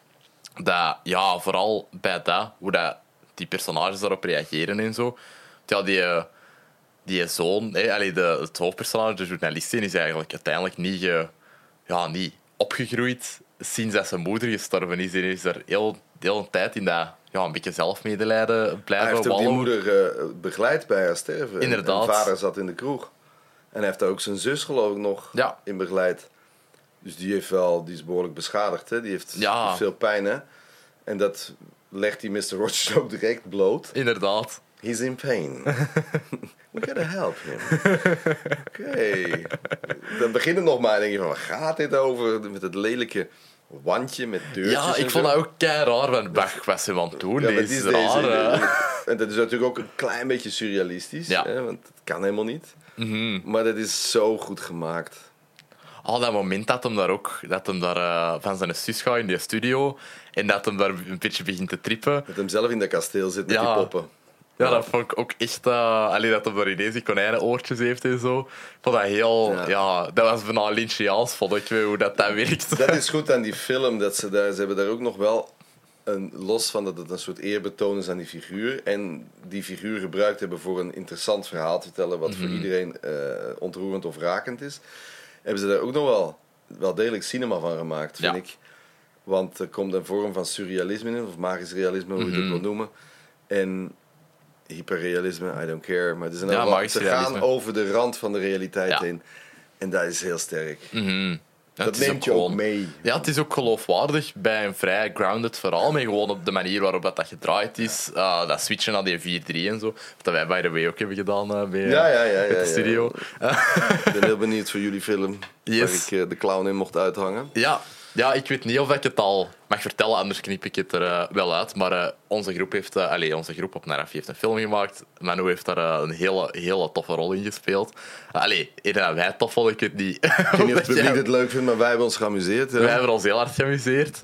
vooral bij hoe dat die personages daarop reageren en zo. Ja, die zoon, het hoofdpersonage, de journalist, is eigenlijk uiteindelijk niet opgegroeid sinds dat zijn moeder gestorven is. En is er heel een tijd in dat een beetje zelfmedelijden blijven wallen. Hij heeft ook die moeder begeleid bij haar sterven. Inderdaad. En vader zat in de kroeg. En hij heeft ook zijn zus geloof ik nog in begeleid. Dus die is behoorlijk beschadigd. Hè? Die heeft veel pijn. Hè? En dat legt die Mr. Rogers ook direct bloot. Inderdaad. He's in pain. We gotta help him. Oké. Dan begint het nog maar en denk je van, wat gaat dit over? Met het lelijke wandje met deurtjes. Ja, ik vond dat ook kei raar. Wat ze aan het doen. Ja, deze is raar. En dat is natuurlijk ook een klein beetje surrealistisch. Hè? Want het kan helemaal niet. Mm-hmm. Maar dat is zo goed gemaakt. Dat moment dat hem daar van zijn zus gaat in die studio en dat hem daar een beetje begint te trippen. Dat hem zelf in dat kasteel zit met die poppen. Ja, dat vond ik ook echt... dat hem daar ineens die konijnenoortjes heeft en zo. Ik vond dat heel... Ja, dat was bijna Lynchiaans, vond ik, hoe dat werkt. Dat is goed aan die film. Ze hebben daar ook nog wel los van dat het een soort eerbetoon is aan die figuur. En die figuur gebruikt hebben voor een interessant verhaal te vertellen. Wat voor iedereen ontroerend of rakend is. Hebben ze daar ook nog wel degelijk cinema van gemaakt, vind ik. Want er komt een vorm van surrealisme in. Of magisch realisme, hoe je het wil noemen. En hyperrealisme, I don't care. Maar ze gaan over de rand van de realiteit heen. En dat is heel sterk. Ja, dat neemt je ook mee. Ja, het is ook geloofwaardig bij een vrij grounded verhaal. Met gewoon op de manier waarop dat gedraaid is. Dat switchen naar die 4-3 en zo. Dat wij by the way ook hebben gedaan bij de studio. Ik ben heel benieuwd voor jullie film. Yes. Waar ik de clown in mocht uithangen. Ja, ik weet niet of ik het al mag vertellen, anders knip ik het er wel uit. Maar onze groep op Nerf heeft een film gemaakt. Manu heeft daar een hele toffe rol in gespeeld. Wij tof vond ik het niet. Ik weet niet of het publiek het leuk vindt, maar wij hebben ons geamuseerd. Ja. Wij hebben ons heel hard geamuseerd.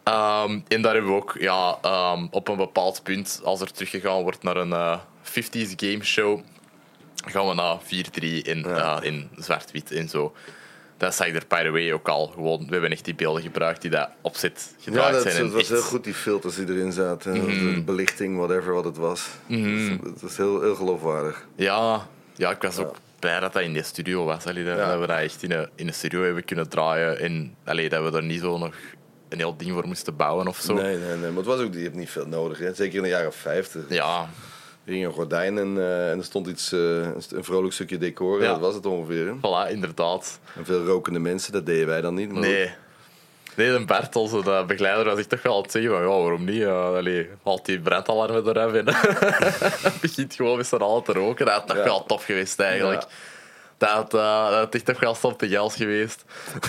En daar hebben we ook op een bepaald punt, als er teruggegaan wordt naar een 50s game show, gaan we naar 4-3 in zwart-wit en zo. Dat zag er, by the way, ook al gewoon. We hebben echt die beelden gebruikt die daar opzet gedraaid zijn. Het was heel goed, die filters die erin zaten. De belichting, whatever wat het was. Het was heel, heel geloofwaardig. Ja, ik was ook blij dat dat in die studio was. Dat we dat echt in een studio hebben kunnen draaien. En dat we er niet zo nog een heel ding voor moesten bouwen of zo. Nee. Maar het was ook, je hebt niet veel nodig. Hè? Zeker in de jaren 50. Ja. Er ging een gordijn en er stond een vrolijk stukje decor. Dat was het ongeveer. Hè? Voilà, inderdaad. En veel rokende mensen, dat deden wij dan niet. Maar nee, de Bert, onze begeleider, was ik toch wel aan het zeggen van, waarom niet? Haalt die brandalarmen eraf en begint gewoon met z'n allen te roken. Dat had toch wel tof geweest eigenlijk. Ja. Dat is toch wel stoptegels geweest.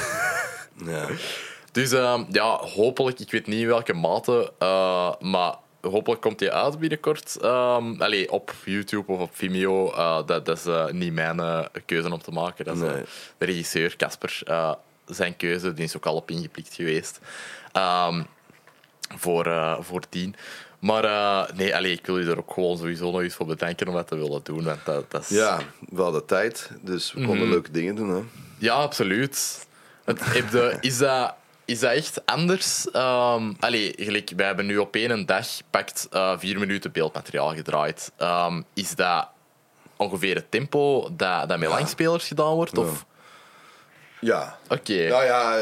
Ja. Dus hopelijk, ik weet niet in welke mate, maar hopelijk komt die uit binnenkort. Op YouTube of op Vimeo. Dat is niet mijn keuze om te maken. Dat is de regisseur, Casper, zijn keuze. Die is ook al op ingeplikt geweest. Voor 10. Maar ik wil je er ook gewoon sowieso nog eens voor bedanken om dat te willen doen. Want dat is... Ja, we hadden tijd. Dus we konden leuke dingen doen. Hè? Ja, absoluut. Is dat echt anders? Gelijk, wij hebben nu op één dag pakt 4 minuten beeldmateriaal gedraaid. Is dat ongeveer het tempo dat met langspelers gedaan wordt? Of? Ja. Oké. Nou ja,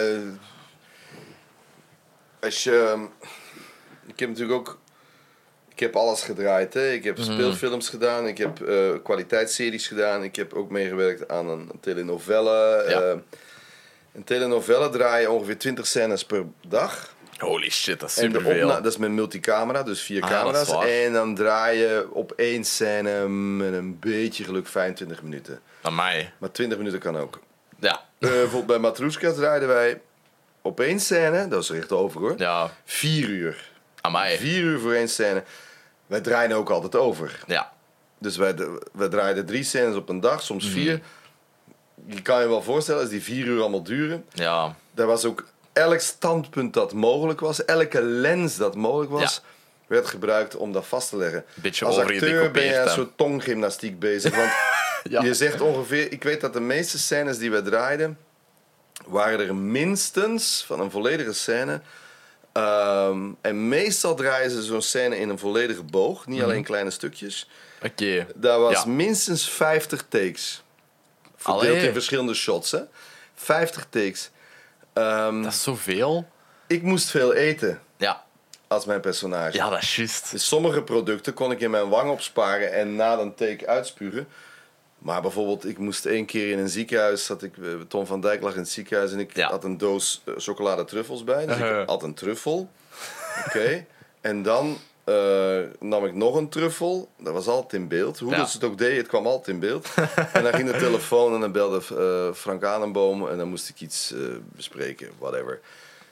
ik heb natuurlijk ook... Ik heb alles gedraaid. Hè. Ik heb speelfilms gedaan. Ik heb kwaliteitsseries gedaan. Ik heb ook meegewerkt aan een telenovelle. Ja. Een telenovelle draai je ongeveer 20 scènes per dag. Holy shit, dat is superveel. Dat is met multicamera, dus 4 camera's. En dan draai je op 1 scène met een beetje geluk 25 minuten. Amai. Maar 20 minuten kan ook. Ja. Bijvoorbeeld bij Matroeskas draaiden wij op 1 scène, dat is er echt over hoor, 4 uur. Amai. 4 uur voor 1 scène. Wij draaien ook altijd over. Ja. Dus wij draaiden 3 scènes op een dag, soms 4. Je kan je wel voorstellen, als die 4 uur allemaal duren. Ja. Dat was ook elk standpunt dat mogelijk was, elke lens dat mogelijk was, werd gebruikt om dat vast te leggen. Beetje als acteur ben je een dan. soort tonggymnastiek bezig. Want je zegt ongeveer... Ik weet dat de meeste scènes die we draaiden, waren er minstens van een volledige scène. En meestal draaien ze zo'n scène in een volledige boog. Niet alleen kleine stukjes. Oké. Dat was minstens 50 takes. Verdeeld in verschillende shots. Hè? 50 takes. Dat is zoveel. Ik moest veel eten. Ja. Als mijn personage. Ja, dat is juist. Dus sommige producten kon ik in mijn wang opsparen en na een take uitspugen. Maar bijvoorbeeld, ik moest 1 keer in een ziekenhuis... Tom van Dijk lag in het ziekenhuis en ik had een doos chocoladetruffels bij. Dus ik had een truffel. Oké. En dan nam ik nog een truffel. Dat was altijd in beeld. Hoe dat ze het ook deed, het kwam altijd in beeld. En dan ging de telefoon en dan belde Frank Anenboom en dan moest ik iets bespreken. Whatever.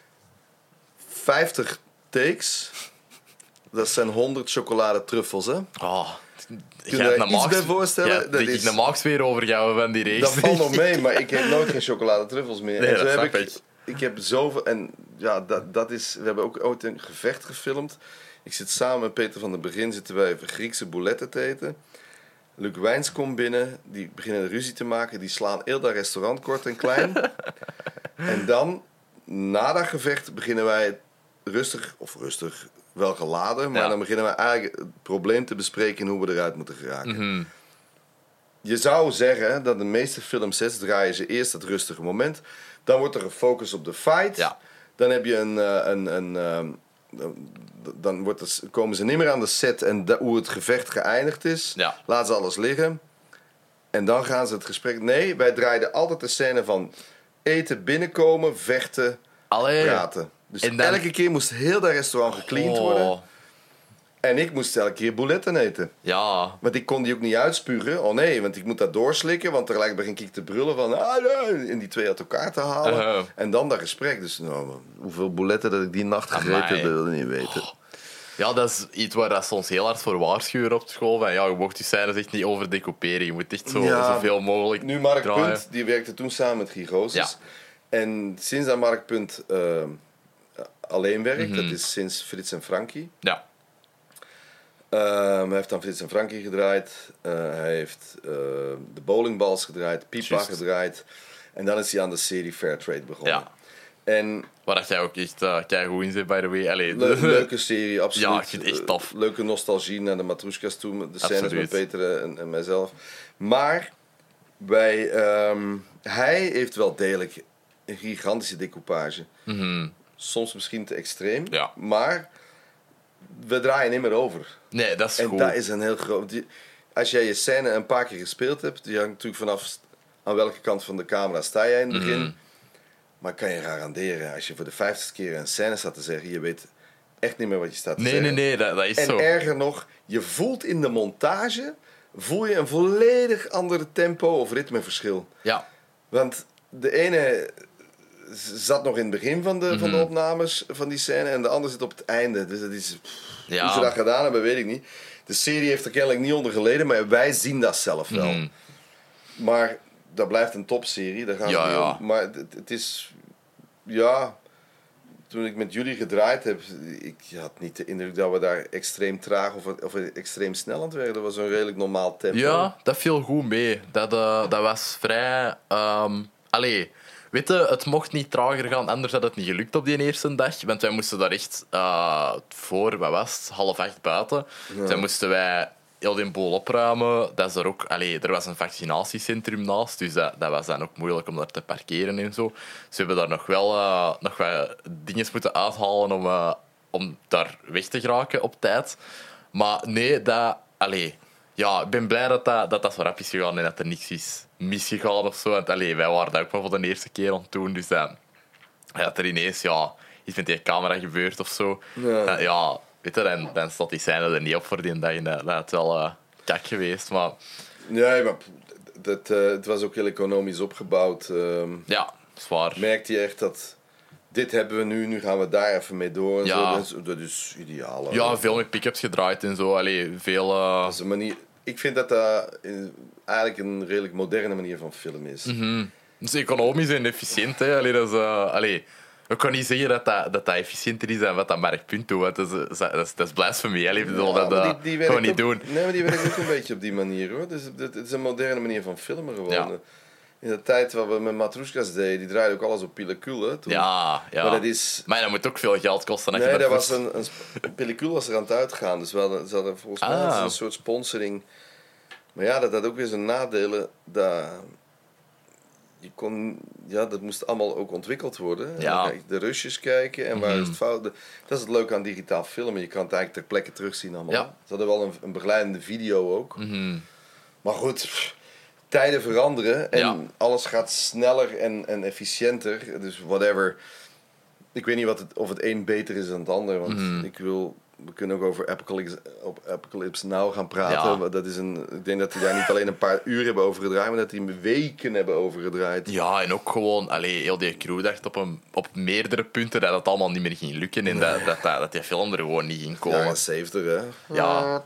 50 takes. Dat zijn 100 chocoladetruffels, hè? Oh, kun je daar iets bij voorstellen? Ja, dat ik de maagsfeer overgehouden van die race. Dat valt nog mee, maar ik heb nooit geen chocoladetruffels meer. Nee, en zo dat heb snap ik heb zoveel... En ja, dat is... We hebben ook ooit een gevecht gefilmd. Ik zit samen met Peter van der Begin, zitten wij Griekse bouletten te eten. Luc Wijns komt binnen, die beginnen ruzie te maken. Die slaan heel dat restaurant kort en klein. En dan, na dat gevecht, beginnen wij rustig... wel geladen, maar dan beginnen we eigenlijk het probleem te bespreken hoe we eruit moeten geraken. Mm-hmm. Je zou zeggen dat de meeste filmsets draaien ze eerst het rustige moment. Dan wordt er gefocust op de fight. Ja. Dan heb je dan komen ze niet meer aan de set en hoe het gevecht geëindigd is. Ja. Laten ze alles liggen. En dan gaan ze het gesprek... Nee, wij draaiden altijd de scène van eten, binnenkomen, vechten, praten. Dus elke keer moest heel dat restaurant gecleaned worden. En ik moest elke keer bouletten eten. Ja. Want ik kon die ook niet uitspugen. Oh nee, want ik moet dat doorslikken. Want tegelijk begin ik te brullen van... en die twee uit elkaar te halen. En dan dat gesprek. Dus hoeveel bouletten dat ik die nacht gegeten heb, wilde niet weten. Ja, dat is iets waar dat soms heel hard voor waarschuwen op school. Van, je mocht je scènes echt niet overdecouperen. Je moet echt zoveel mogelijk Nu Mark draaien. Punt, die werkte toen samen met Gigosis. Ja. En sinds dat Mark Punt alleen werkt... Dat is sinds Frits en Frankie... Ja. Hij heeft dan Frits en Frankie gedraaid. Hij heeft de bowlingbals gedraaid, Pipa gedraaid. En dan is hij aan de serie Fairtrade begonnen. Ja. En waar dat jij ook echt keigoed in zit, by the way. Allee, leuke serie, absoluut. Ja, ik vind het echt tof. Leuke nostalgie naar de Matrushkas toe. De scènes met Peter en mijzelf. Maar hij heeft wel degelijk een gigantische decoupage. Mm-hmm. Soms misschien te extreem. Ja. Maar we draaien niet meer over. Nee, dat is en goed. Dat is een heel groot... Als jij je scène een paar keer gespeeld hebt... Die hangt natuurlijk vanaf aan welke kant van de camera sta jij in het begin. Maar kan je garanderen... Als je voor de 50ste keer een scène staat te zeggen... Je weet echt niet meer wat je staat te zeggen. Nee, dat is en zo. En erger nog... Je voelt in de montage... Voel je een volledig ander tempo of ritmeverschil. Ja. Want de ene... zat nog in het begin van de opnames van die scène... En de andere zit op het einde. Dus dat is... Hoe ze dat gedaan hebben, weet ik niet. De serie heeft er kennelijk niet onder geleden, maar wij zien dat zelf wel. Maar dat blijft een topserie. Daar gaan we niet om. Maar het is... Ja... Toen ik met jullie gedraaid heb... Ik had niet de indruk dat we daar extreem traag of extreem snel aan het werden. Dat was een redelijk normaal tempo. Ja, dat viel goed mee. Dat was vrij... Allee... Weet je, het mocht niet trager gaan, anders had het niet gelukt op die eerste dag. Want wij moesten daar echt voor, wat was het, 7:30 buiten. Ja. Dan moesten wij heel die boel opruimen. Dat is er ook, er was een vaccinatiecentrum naast, dus dat was dan ook moeilijk om daar te parkeren en zo. Dus we hebben daar nog wel dingen moeten uithalen om daar weg te geraken op tijd. Maar nee, ja, ik ben blij dat zo rap is gegaan en dat er niks is misgegaan of zo. Want wij waren dat ook maar voor de eerste keer aan het doen. Dus dat er ineens iets met die camera gebeurt of zo. Ja, weet je, dan staat die scène er niet op voor die dag. En dat is wel kak geweest. Maar... Nee, maar het was ook heel economisch opgebouwd. Ja, zwaar. Merkte je echt dat... Dit hebben we nu gaan we daar even mee door. En zo. Dat is ideaal. Ja, veel met pick-ups gedraaid en zo. Veel... Dat is een manier... Ik vind dat eigenlijk een redelijk moderne manier van filmen is. Mm-hmm. Dat is economisch en efficiënt. Hè. We kunnen niet zeggen dat efficiënter is dan wat dat Mark Punt doet. Dat is blasfemie. Dat gaan we niet doen. Nee, maar die werkt ook een beetje op die manier, hoor. Dus het is een moderne manier van filmen gewoon. Ja. In de tijd wat we met Matrushkas deden, die draaiden ook alles op pellicule. Ja. Maar dat moet ook veel geld kosten. Nee, dat was een pellicule was er aan het uitgaan. Dus ze hadden volgens mij een soort sponsoring. Maar ja, dat had ook weer zijn nadelen. Dat moest allemaal ook ontwikkeld worden. Ja. Dan ga je de rushes kijken en waar is het fout. Dat is het leuke aan digitaal filmen. Je kan het eigenlijk ter plekke terugzien allemaal. Ja. Ze hadden wel een begeleidende video ook. Mm-hmm. Maar goed... Tijden veranderen en alles gaat sneller en efficiënter. Dus whatever. Ik weet niet of het een beter is dan het ander. Want we kunnen ook over Apocalypse Now gaan praten. Ja. Dat is ik denk dat die daar niet alleen een paar uur hebben over gedraaid, maar dat die weken hebben over gedraaid. Ja, en ook gewoon, heel die crew dacht op meerdere punten dat het allemaal niet meer ging lukken. En dat die film er gewoon niet ging komen. Ja, 70, hè? Ja.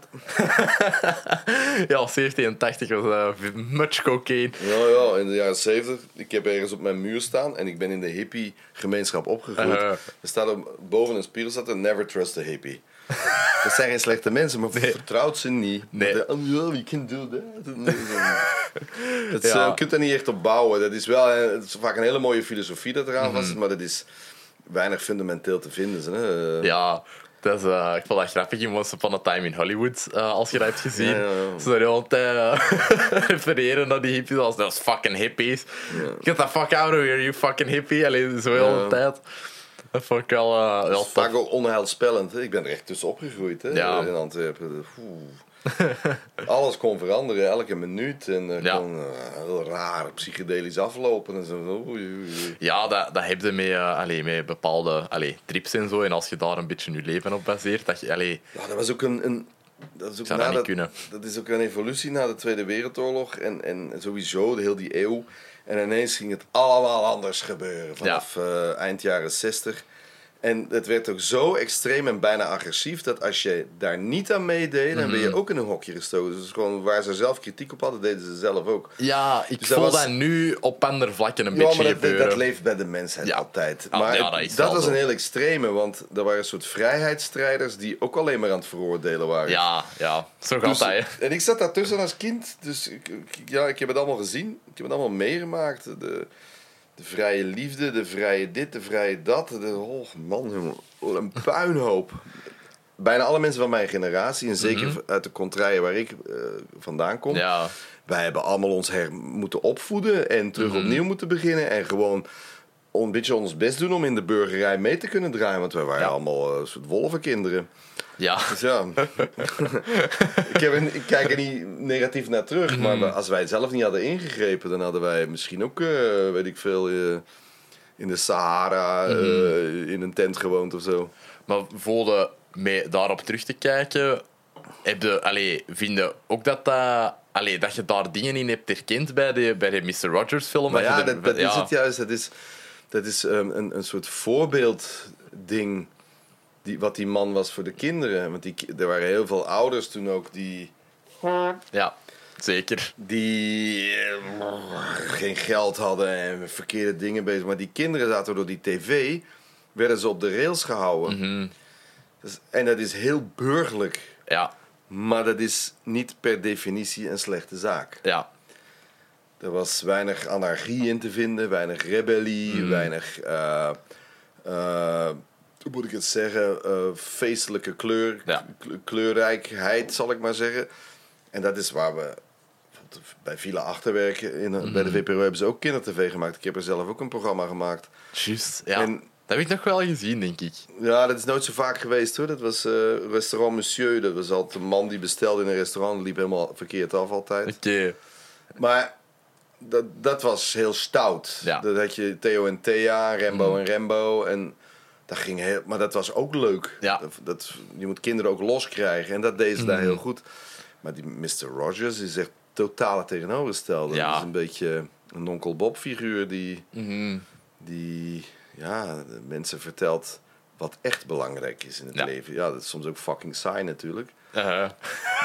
Ja, 70 en 80 was much cocaine. Ja, in de jaren 70. Ik heb ergens op mijn muur staan en ik ben in de hippie gemeenschap opgegroeid. Er staat boven een spiegel staat never trust a hippie. Dat zijn geen slechte mensen, maar vertrouwt ze niet. Nee. We can do that. Je kunt er niet echt op bouwen. Het is vaak een hele mooie filosofie dat eraan vast is, maar dat is weinig fundamenteel te vinden. Hè? Ja, Dat is, ik vond dat grappig in Once Upon a Time in Hollywood, als je dat hebt gezien. Ja. Ze zijn de hele tijd refereren naar die hippies als dat is fucking hippies. Get the fuck out of here, you fucking hippie. Alleen zo de hele tijd. Dat vond ik wel Dat is tof. vaak ook onheilspellend. Hè? Ik ben er echt tussen opgegroeid hè? In Antwerpen. Alles kon veranderen, elke minuut. En kon heel raar psychedelisch aflopen. En zo. Oei. Ja, dat heb je met bepaalde trips en zo. En als je daar een beetje je leven op baseert, dat je... Ja, dat was ook dat is ook zou dat niet kunnen. Dat is ook een evolutie na de Tweede Wereldoorlog. En sowieso de heel die eeuw. En ineens ging het allemaal anders gebeuren. Vanaf eind jaren 60. En het werd ook zo extreem en bijna agressief... dat als je daar niet aan meedeed... dan ben je ook in een hokje gestoken. Dus gewoon waar ze zelf kritiek op hadden... deden ze zelf ook. Ja, ik voel dat nu op andere vlakken een beetje gebeuren. Dat leeft bij de mensheid altijd. Ah, maar dat was een heel extreme... want er waren een soort vrijheidsstrijders... die ook alleen maar aan het veroordelen waren. Ja, zo gaat dat. En ik zat daartussen als kind. Dus ik heb het allemaal gezien. Ik heb het allemaal meegemaakt. De vrije liefde, de vrije dit, de vrije dat. Oh man, een puinhoop. Bijna alle mensen van mijn generatie, en zeker uit de contraien waar ik vandaan kom... Ja. Wij hebben allemaal ons moeten opvoeden en terug opnieuw moeten beginnen. En gewoon een beetje ons best doen om in de burgerij mee te kunnen draaien. Want wij waren allemaal een soort wolvenkinderen. Ja. Dus ja, ik kijk er niet negatief naar terug. Maar als wij het zelf niet hadden ingegrepen, dan hadden wij misschien ook, weet ik veel, in de Sahara in een tent gewoond of zo. Maar voor daarop terug te kijken, vind je ook dat je daar dingen in hebt herkend bij de Mr. Rogers film? Maar ja, dat is het juist. Dat is een soort voorbeeldding. Wat die man was voor de kinderen. Want er waren heel veel ouders toen ook die... Ja, zeker. Die geen geld hadden en verkeerde dingen bezig. Maar die kinderen zaten door die tv... werden ze op de rails gehouden. En dat is heel burgerlijk. Ja. Maar dat is niet per definitie een slechte zaak. Ja. Er was weinig anarchie in te vinden. Weinig rebellie. Weinig... hoe moet ik het zeggen, feestelijke kleurrijkheid, zal ik maar zeggen. En dat is waar we bij Villa Achterwerken, bij de VPRO hebben ze ook kindertv gemaakt. Ik heb er zelf ook een programma gemaakt. Juist, ja. En, dat heb ik nog wel gezien, denk ik. Ja, dat is nooit zo vaak geweest hoor. Dat was Restaurant Monsieur. Dat was altijd een man die bestelde in een restaurant. Dat liep helemaal verkeerd af altijd. Oké. Maar dat was heel stout. Ja. Dat had je Theo en Thea, Rembo en Rembo. En dat ging maar dat was ook leuk. Ja. Je moet kinderen ook loskrijgen. En dat deden ze daar heel goed. Maar die Mr. Rogers is echt totaal het tegenovergestelde. Ja. Dat is een beetje een Onkel Bob figuur die de mensen vertelt wat echt belangrijk is in het leven. Ja, dat is soms ook fucking saai natuurlijk. Ja.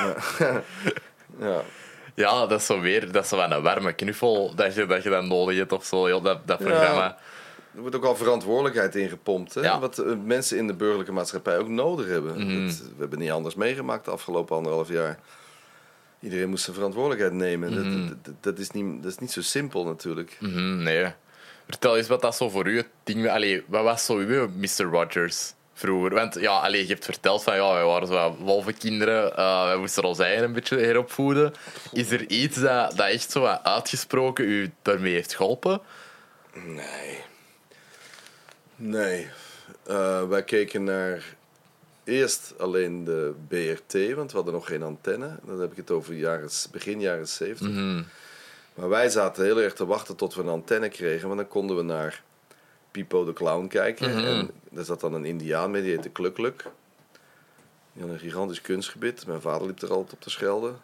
Ja. Ja, dat is zo weer een warme knuffel dat je dan nodig hebt of zo, dat programma. Ja. Er wordt ook al verantwoordelijkheid in gepompt. Hè? Ja. Wat mensen in de burgerlijke maatschappij ook nodig hebben. We hebben niet anders meegemaakt de afgelopen 1,5 jaar. Iedereen moest zijn verantwoordelijkheid nemen. Dat is niet zo simpel natuurlijk. Nee. Vertel eens wat dat zo voor u het ding... wat was zo uw Mr. Rogers vroeger? Want je hebt verteld van wij waren zo wolvenkinderen. Wij moesten ons eigen een beetje heropvoeden. Is er iets dat echt zo uitgesproken u daarmee heeft geholpen? Nee. Wij keken naar eerst alleen de BRT, want we hadden nog geen antenne. Dan heb ik het over begin jaren 70. Maar wij zaten heel erg te wachten tot we een antenne kregen, want dan konden we naar Pipo de Clown kijken. En daar zat dan een Indiaan mee, die heette Klukluk. Die had een gigantisch kunstgebit. Mijn vader liep er altijd op te schelden.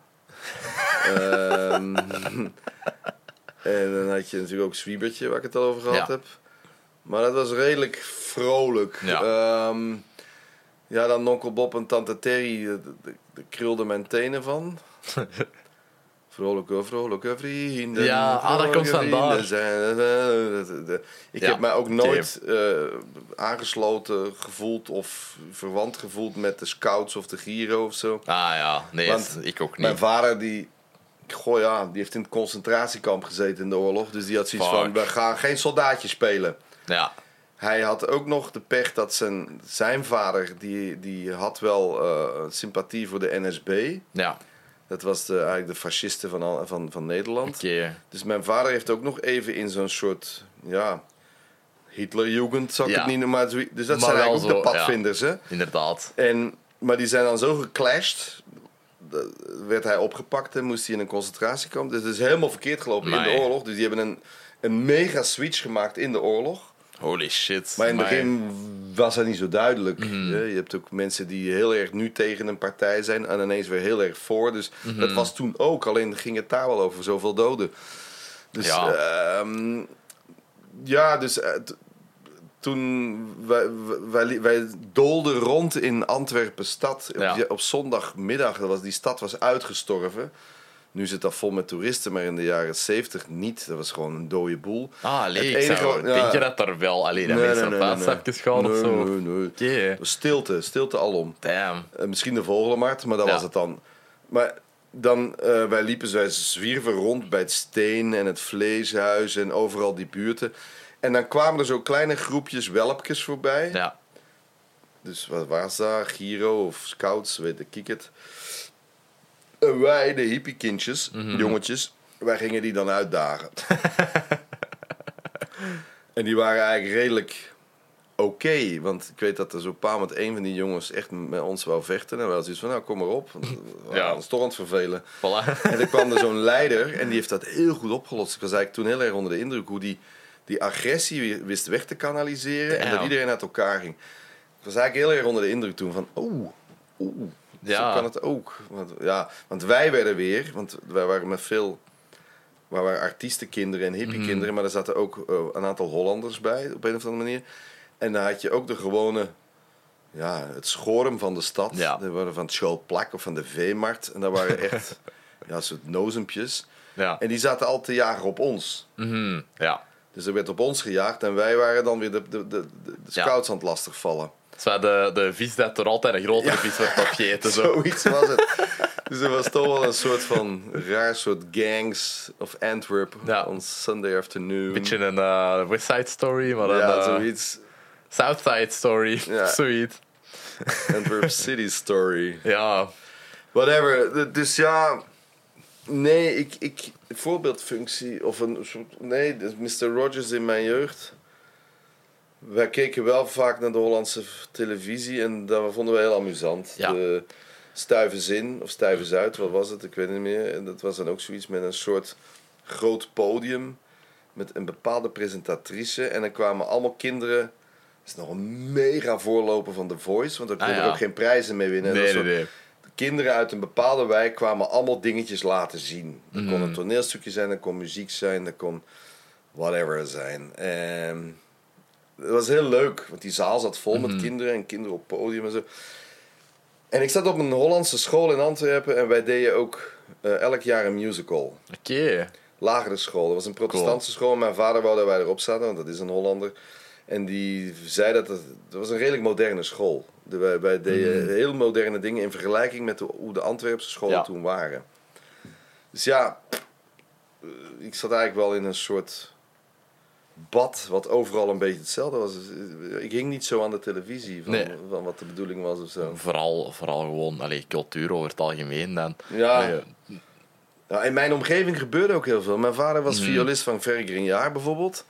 En dan had je natuurlijk ook Zwiebertje, waar ik het al over gehad heb. Maar dat was redelijk vrolijk. Ja, dan Onkel Bob en Tante Terry, daar krulden mijn tenen van. Vrolijke vrienden. Ja, dat komt vandaar. Ik heb mij ook nooit aangesloten gevoeld of verwant gevoeld met de Scouts of de Giro of zo. Nee, want ik ook niet. Mijn vader die heeft in het concentratiekamp gezeten in de oorlog. Dus die had zoiets van, we gaan geen soldaatje spelen. Ja. hij had ook nog de pech dat zijn vader, die had wel sympathie voor de NSB. Ja. Dat was eigenlijk de fascisten van Nederland. Okay. Dus mijn vader heeft ook nog even in zo'n soort... Ja, Hitlerjugend zou ik het niet noemen. Dus dat zijn eigenlijk ook de padvinders. Hè? Inderdaad. Maar die zijn dan zo geclashed. Werd hij opgepakt en moest hij in een concentratiekamp. Dus het is helemaal verkeerd gelopen in de oorlog. Dus die hebben een mega switch gemaakt in de oorlog. Holy shit. Maar in het begin was dat niet zo duidelijk. Je hebt ook mensen die heel erg nu tegen een partij zijn en ineens weer heel erg voor. Dus dat was toen ook. Alleen ging het daar wel over zoveel doden. Dus dus toen wij doolden rond in Antwerpen stad. Op zondagmiddag, die stad was uitgestorven. Nu zit dat vol met toeristen, maar in de jaren 70 niet. Dat was gewoon een dode boel. Denk je dat er wel alleen mensen op paasstapjes gaan of zo? Nee. Okay. Stilte alom. Damn. Misschien de vogelmarkt, maar dat was het dan. Maar dan, wij zwierven rond bij het Steen en het Vleeshuis en overal die buurten. En dan kwamen er zo kleine groepjes welpjes voorbij. Ja. Dus wat was dat? Giro of Scouts, weet ik het. En wij, de hippiekindjes, jongetjes, wij gingen die dan uitdagen. En die waren eigenlijk redelijk oké. Want ik weet dat er zo'n paar met een van die jongens echt met ons wou vechten. En we hadden zoiets van, nou kom maar op. Dat is toch aan het vervelen. Voilà. En dan kwam er zo'n leider en die heeft dat heel goed opgelost. Ik was eigenlijk toen heel erg onder de indruk hoe die agressie wist weg te kanaliseren. En dat iedereen uit elkaar ging. Ik was eigenlijk heel erg onder de indruk toen van, zo kan het ook. Want wij werden weer, want wij waren met veel... We waren artiestenkinderen en hippiekinderen, maar er zaten ook een aantal Hollanders bij, op een of andere manier. En dan had je ook de gewone, het schorum van de stad. Ja. Dat waren van het Schoolplak of van de Veemarkt. En dat waren echt soort nozempjes. Ja. En die zaten al te jagen op ons. Ja. Dus er werd op ons gejaagd en wij waren dan weer de scouts aan het lastigvallen. Dus de vis dat er altijd een grotere vis wordt opgegeten. Zoiets was het. Dus er was toch wel een soort van raar soort gangs of Antwerp on Sunday afternoon. Beetje een West Side Story, maar dan zoiets. South Side Story, zoiets. Antwerp City Story. Ja. Whatever. Dus nee, voorbeeldfunctie of een soort... Nee, Mr. Rogers in mijn jeugd. Wij keken wel vaak naar de Hollandse televisie en dat vonden we heel amusant. Ja. De Stuivens in of Stuivens uit, wat was het? Ik weet het niet meer. En dat was dan ook zoiets met een soort groot podium met een bepaalde presentatrice. En dan kwamen allemaal kinderen. Dat is nog een mega voorloper van The Voice, want daar konden er ook geen prijzen mee winnen. Nee. Kinderen uit een bepaalde wijk kwamen allemaal dingetjes laten zien. Dat kon een toneelstukje zijn, dat kon muziek zijn, dat kon whatever zijn. Het was heel leuk, want die zaal zat vol met kinderen en kinderen op het podium en zo. En ik zat op een Hollandse school in Antwerpen en wij deden ook elk jaar een musical. Oké. Lagere school. Dat was een protestantse school en mijn vader wou dat wij erop zaten, want dat is een Hollander. En die zei dat was een redelijk moderne school. Wij deden heel moderne dingen in vergelijking met hoe de Antwerpse scholen toen waren. Dus ik zat eigenlijk wel in een soort bad, wat overal een beetje hetzelfde was. Ik hing niet zo aan de televisie van wat de bedoeling was of zo. Vooral gewoon cultuur over het algemeen dan. Ja. In mijn omgeving gebeurde ook heel veel. Mijn vader was violist van Vergringjaar bijvoorbeeld.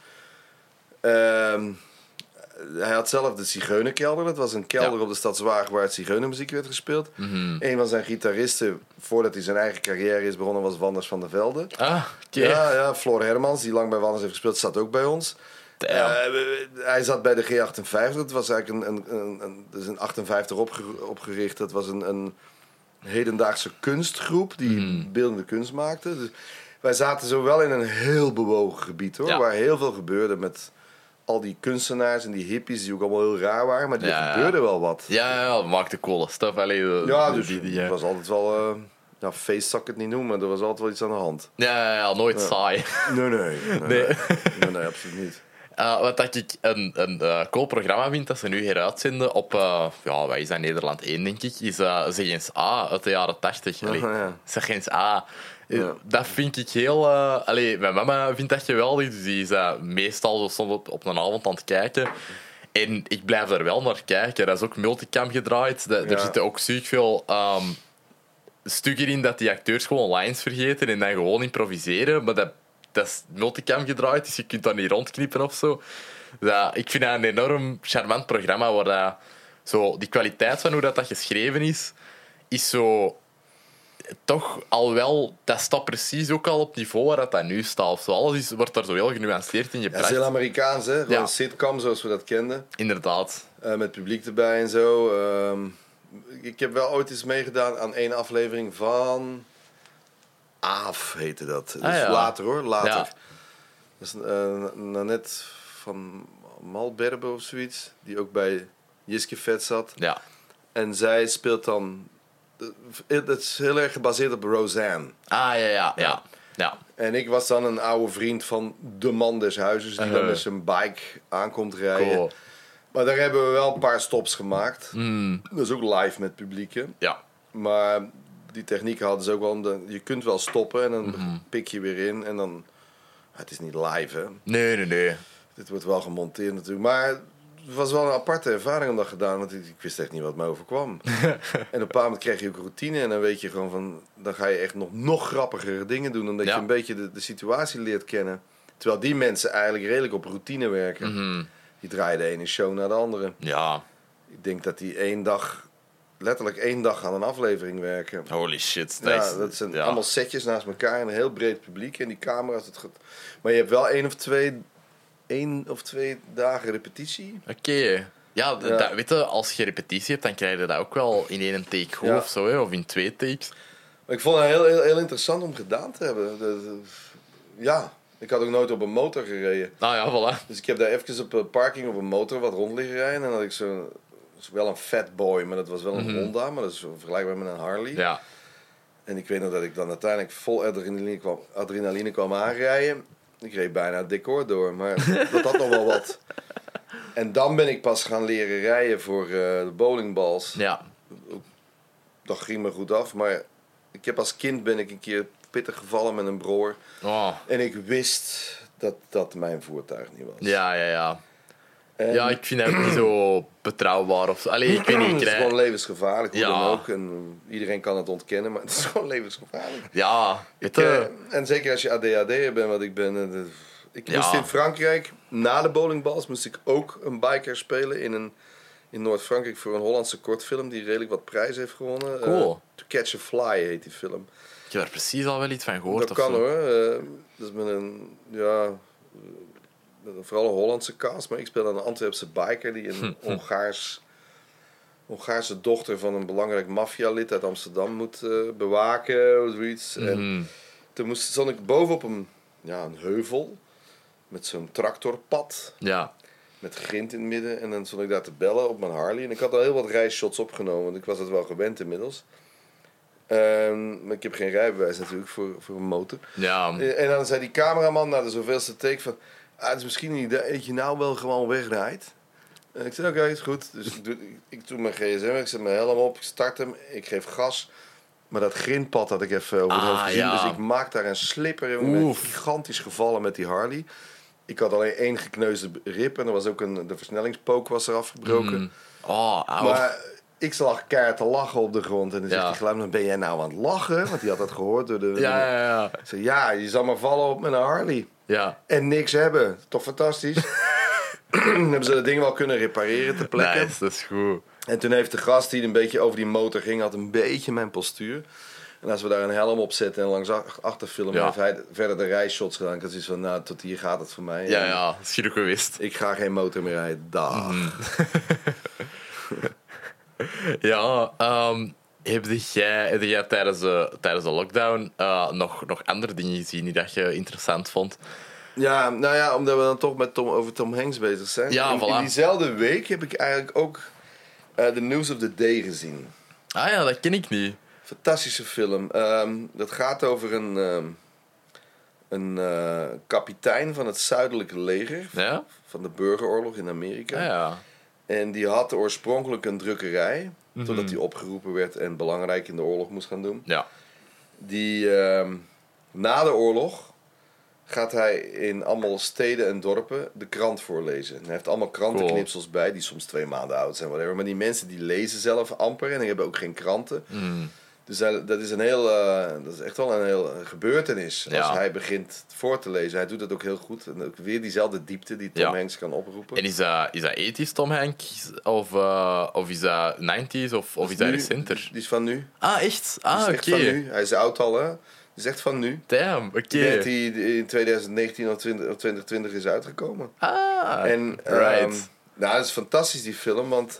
Hij had zelf de Zigeunerkelder. Dat was een kelder op de Stadswaag waar het Zigeunermuziek werd gespeeld. Een van zijn gitaristen, voordat hij zijn eigen carrière is begonnen, was Wanders van der Velde. Ja, Floor Hermans, die lang bij Wanders heeft gespeeld, zat ook bij ons. Hij zat bij de G58. Dat was eigenlijk een 58 opgericht. Dat was een hedendaagse kunstgroep die beeldende kunst maakte. Dus wij zaten zo wel in een heel bewogen gebied, hoor, waar heel veel gebeurde met al die kunstenaars en die hippies die ook allemaal heel raar waren, maar er gebeurde wel wat. Ja, dat maakte coole stuff. Het was altijd wel... feest zou ik het niet noemen, maar er was altijd wel iets aan de hand. Ja, nooit saai. Nee, absoluut niet. Wat dat ik een cool programma vind dat ze nu heruitzenden op, wat is dat, Nederland 1, denk ik, is Zeg eens A uit de jaren 80. Ja. Zeg eens A. Ja. Dat vind ik heel... mijn mama vindt dat geweldig, dus die is meestal zo soms op een avond aan het kijken. En ik blijf daar wel naar kijken. Dat is ook multicam gedraaid. Er zitten ook ziek veel stukken in dat die acteurs gewoon lines vergeten en dan gewoon improviseren. Maar dat is multicam gedraaid, dus je kunt dat niet rondknippen of zo. Ik vind dat een enorm charmant programma waar zo die kwaliteit van hoe dat geschreven is zo... Toch al wel, dat staat precies ook al op niveau waar dat nu staat. Of zo. Alles wordt daar zo heel genuanceerd in gebracht. Ja, het is heel Amerikaans, hè? Gewoon een sitcom zoals we dat kenden. Inderdaad. Met publiek erbij en zo. Ik heb wel ooit eens meegedaan aan 1 aflevering van... Aaf heette dat. Dus later hoor, later. Ja. Dat is Nanette van Malberbe of zoiets. Die ook bij Jiske Vet zat. Ja. En zij speelt dan... Het is heel erg gebaseerd op Roseanne. Ja. En ik was dan een oude vriend van de man des huizes... die dan met zijn bike aankomt rijden. Cool. Maar daar hebben we wel een paar stops gemaakt. Dat is ook live met publiek. Hè? Ja. Maar die techniek hadden ze ook wel... Je kunt wel stoppen en dan pik je weer in. En dan... Het is niet live, hè? Nee. Dit wordt wel gemonteerd natuurlijk. Maar het was wel een aparte ervaring om dat gedaan. Want ik wist echt niet wat me overkwam. En op een bepaald moment krijg je ook routine. En dan weet je gewoon van... Dan ga je echt nog grappigere dingen doen. Omdat je een beetje de situatie leert kennen. Terwijl die mensen eigenlijk redelijk op routine werken. Die draaien de ene show naar de andere. Ja. Ik denk dat die letterlijk één dag aan een aflevering werken. Holy shit. Dat zijn allemaal setjes naast elkaar. En een heel breed publiek. En die camera's... Maar je hebt wel 1 of 2 dagen repetitie. Oké. Ja, weet je, als je repetitie hebt, dan krijg je dat ook wel in 1 take goed of zo, hè? Of in 2 takes. Maar ik vond het heel interessant om gedaan te hebben. Ik had ook nooit op een motor gereden. Nou ja, voilà. Dus ik heb daar even op een parking op een motor wat rond liggen rijden. En dan had ik wel een Fatboy, maar dat was wel een Honda. Maar dat is vergelijkbaar met een Harley. Ja. En ik weet nog dat ik dan uiteindelijk vol adrenaline kwam aanrijden. Ik reed bijna het decor door, maar dat had nog wel wat. En dan ben ik pas gaan leren rijden voor de bowlingballs. Ja. Dat ging me goed af, maar als kind ben ik een keer pittig gevallen met een broer. Oh. En ik wist dat dat mijn voertuig niet was. Ja. Ja, ik vind het ook niet zo betrouwbaar of zo. Allee, ik weet niet. Het is gewoon levensgevaarlijk, hoe Ja. dan ook. En iedereen kan het ontkennen, maar het is gewoon levensgevaarlijk. Ja. En zeker als je ADHD'er bent, wat ik ben. Ik moest in Frankrijk, na de bowlingballs, moest ik ook een biker spelen in Noord-Frankrijk voor een Hollandse kortfilm die redelijk wat prijs heeft gewonnen. Cool. To Catch a Fly heet die film. Ik heb er precies al wel iets van gehoord. Dat of kan zo. hoor. Dat is met vooral een Hollandse cast, maar ik speel dan een Antwerpse biker die een Hongaarse dochter van een belangrijk maffialid uit Amsterdam moet bewaken of zoiets. En toen stond ik bovenop een heuvel met zo'n tractorpad. Ja. Met grind in het midden. En dan stond ik daar te bellen op mijn Harley. En ik had al heel wat rijshots opgenomen, want ik was het wel gewend inmiddels. Maar ik heb geen rijbewijs natuurlijk voor een motor. Ja. En dan zei die cameraman na de zoveelste take van... het is misschien een idee dat je nou wel gewoon wegrijdt. En ik zei, oké, is goed. Dus ik doe mijn gsm, ik zet mijn helm op, ik start hem, ik geef gas. Maar dat grindpad had ik even over het hoofd gezien. Ja. Dus ik maak daar een slipper in. Ik ben gigantisch gevallen met die Harley. Ik had alleen 1 gekneusde rib en er was ook de versnellingspook was er afgebroken. Maar ik lag keihard te lachen op de grond. En dan zegt die geluid, ben jij nou aan het lachen? Want die had dat gehoord door de... Ja. Ik zei, je zal maar vallen op met een Harley. Ja. En niks hebben. Toch fantastisch? Dan hebben ze dat ding wel kunnen repareren ter plekke. Nice, dat is goed. En toen heeft de gast die een beetje over die motor ging, had een beetje mijn postuur. En als we daar een helm op zetten en langs achter filmen, heeft hij verder de rijshots gedaan. Ik had zoiets van, tot hier gaat het voor mij. Ja, dat is genoeg geweest. Ik ga geen motor meer rijden. Dag. Heb jij tijdens de lockdown nog andere dingen gezien die dat je interessant vond? Ja, omdat we dan toch over Tom Hanks bezig zijn. Ja, in diezelfde week heb ik eigenlijk ook The News of the Day gezien. Ah ja, dat ken ik niet. Fantastische film. Dat gaat over een kapitein van het zuidelijke leger. Ja? Van de burgeroorlog in Amerika. Ja. En die had oorspronkelijk een drukkerij. Totdat hij opgeroepen werd en belangrijk in de oorlog moest gaan doen. Ja. Die na de oorlog gaat hij in allemaal steden en dorpen de krant voorlezen. En hij heeft allemaal krantenknipsels bij, die soms 2 maanden oud zijn. Whatever. Maar die mensen die lezen zelf amper en die hebben ook geen kranten. Dus dat is dat is echt wel een heel gebeurtenis. Als hij begint voor te lezen. Hij doet dat ook heel goed. En ook weer diezelfde diepte die Tom Hanks kan oproepen. En is dat 80's Tom Hanks? Of is dat 90's? Of is dat recenter? Die is van nu. Ah, echt? Die is echt van nu. Hij is oud al, hè? Die is echt van nu. Damn, oké. Ik denk dat hij in 2019 of 2020 is uitgekomen. Ah, en, right. Nou, dat is fantastisch, die film. Want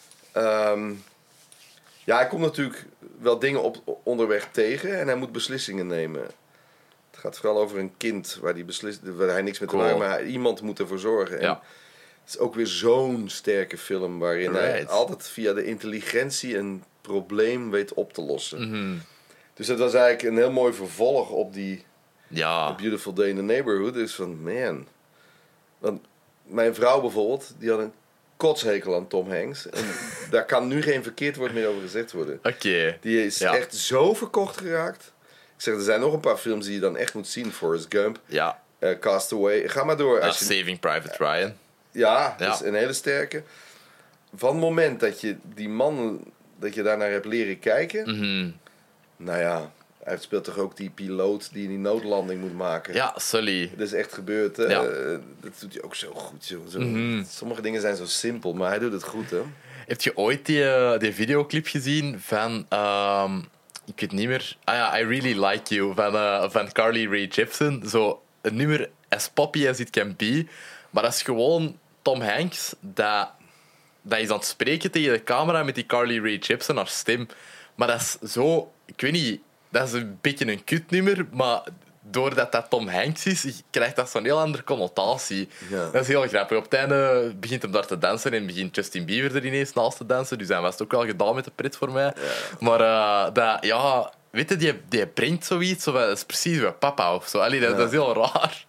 hij komt natuurlijk wel dingen onderweg tegen. En hij moet beslissingen nemen. Het gaat vooral over een kind waar hij niks mee te maken heeft. Maar iemand moet ervoor zorgen. En het is ook weer zo'n sterke film. Waarin hij altijd via de intelligentie een probleem weet op te lossen. Dus dat was eigenlijk een heel mooi vervolg op die A Beautiful Day in the Neighborhood. Dus van, man. Want mijn vrouw bijvoorbeeld, die had een kotshekel aan Tom Hanks. En daar kan nu geen verkeerd woord meer over gezegd worden. Oké. Die is echt zo verkocht geraakt. Ik zeg, er zijn nog een paar films die je dan echt moet zien. Forrest Gump, Castaway. Ga maar door. Saving Private Ryan. Ja, dat is een hele sterke. Van het moment dat je die man, dat je daarnaar hebt leren kijken... Nou ja, hij speelt toch ook die piloot die die noodlanding moet maken. Ja, Sully. Dat is echt gebeurd. Dat doet hij ook zo goed. Sommige dingen zijn zo simpel, maar hij doet het goed. Hè? Heb je ooit die videoclip gezien van... ik weet niet meer... I Really Like You van Carly Rae Jepsen. Zo een nummer as poppy as it can be. Maar dat is gewoon Tom Hanks dat is aan het spreken tegen de camera met die Carly Rae Jepsen, haar stem. Maar dat is zo... Ik weet niet... Dat is een beetje een kutnummer, maar doordat dat Tom Hanks is, krijgt dat zo'n heel andere connotatie. Ja. Dat is heel grappig. Op het einde begint hem daar te dansen en begint Justin Bieber er ineens naast te dansen. Dus hij was het ook wel gedaan met de pret voor mij. Ja. Maar weet je, die brengt zoiets. Dat is precies wat papa of zo. Allee, dat is heel raar.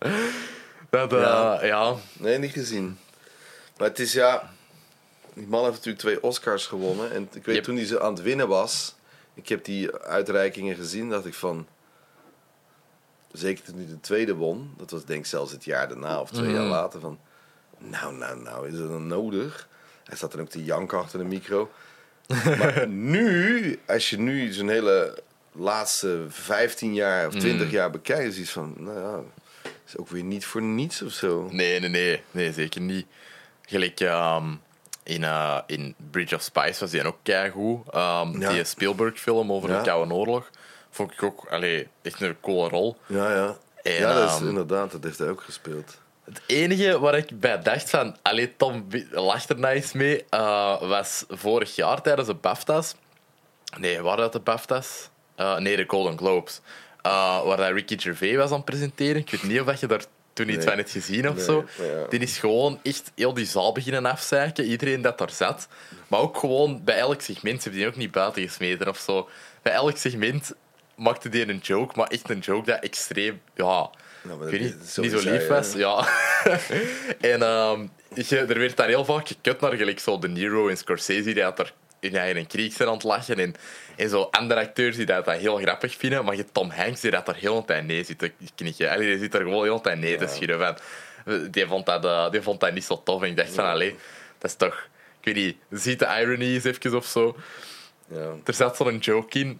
Nee, niet gezien. Maar het is die man heeft natuurlijk 2 Oscars gewonnen. En ik weet toen hij ze aan het winnen was... Ik heb die uitreikingen gezien, dacht ik van... Zeker toen hij de tweede won, dat was denk ik zelfs het jaar daarna of 2 jaar later, van... Nou, is dat dan nodig? Hij zat dan ook te janken achter de micro. Maar nu, als je nu zo'n hele laatste 15 jaar of 20 jaar bekijkt, is iets van... Nou ja, is ook weer niet voor niets of zo. Nee, zeker niet. Gelijk... In Bridge of Spies was die ook keigoed. Die Spielberg-film over de Koude Oorlog. Vond ik ook echt een coole rol. Ja. En, dat is inderdaad, dat heeft hij ook gespeeld. Het enige waar ik bij dacht van... Tom lacht er nou eens mee. Was vorig jaar tijdens de BAFTA's. Nee, waren dat de BAFTA's? Nee, de Golden Globes. Waar dat Ricky Gervais was aan het presenteren. Ik weet niet of je daar toen iets van het gezien of zo. Ja. Die is gewoon echt heel die zaal beginnen afzeiken. Iedereen dat daar zat. Maar ook gewoon bij elk segment. Ze hebben die ook niet buiten gesmeten of zo. Bij elk segment maakte die een joke. Maar echt een joke dat extreem... Ja, ik weet niet zo lief was. Ja. En er werd daar heel vaak gekut naar gelijk zo De Niro en Scorsese. Die had er in een kriek zijn aan het lachen. En zo andere acteurs die dat heel grappig vinden. Maar je Tom Hanks die dat er heel de tijd nee zit te knikken. Die zit er gewoon heel de tijd nee te schudden van. Die vond dat niet zo tof. En ik dacht van, dat is toch... Ik weet niet, ziet de irony eens even of zo. Ja. Er zat zo'n joke in...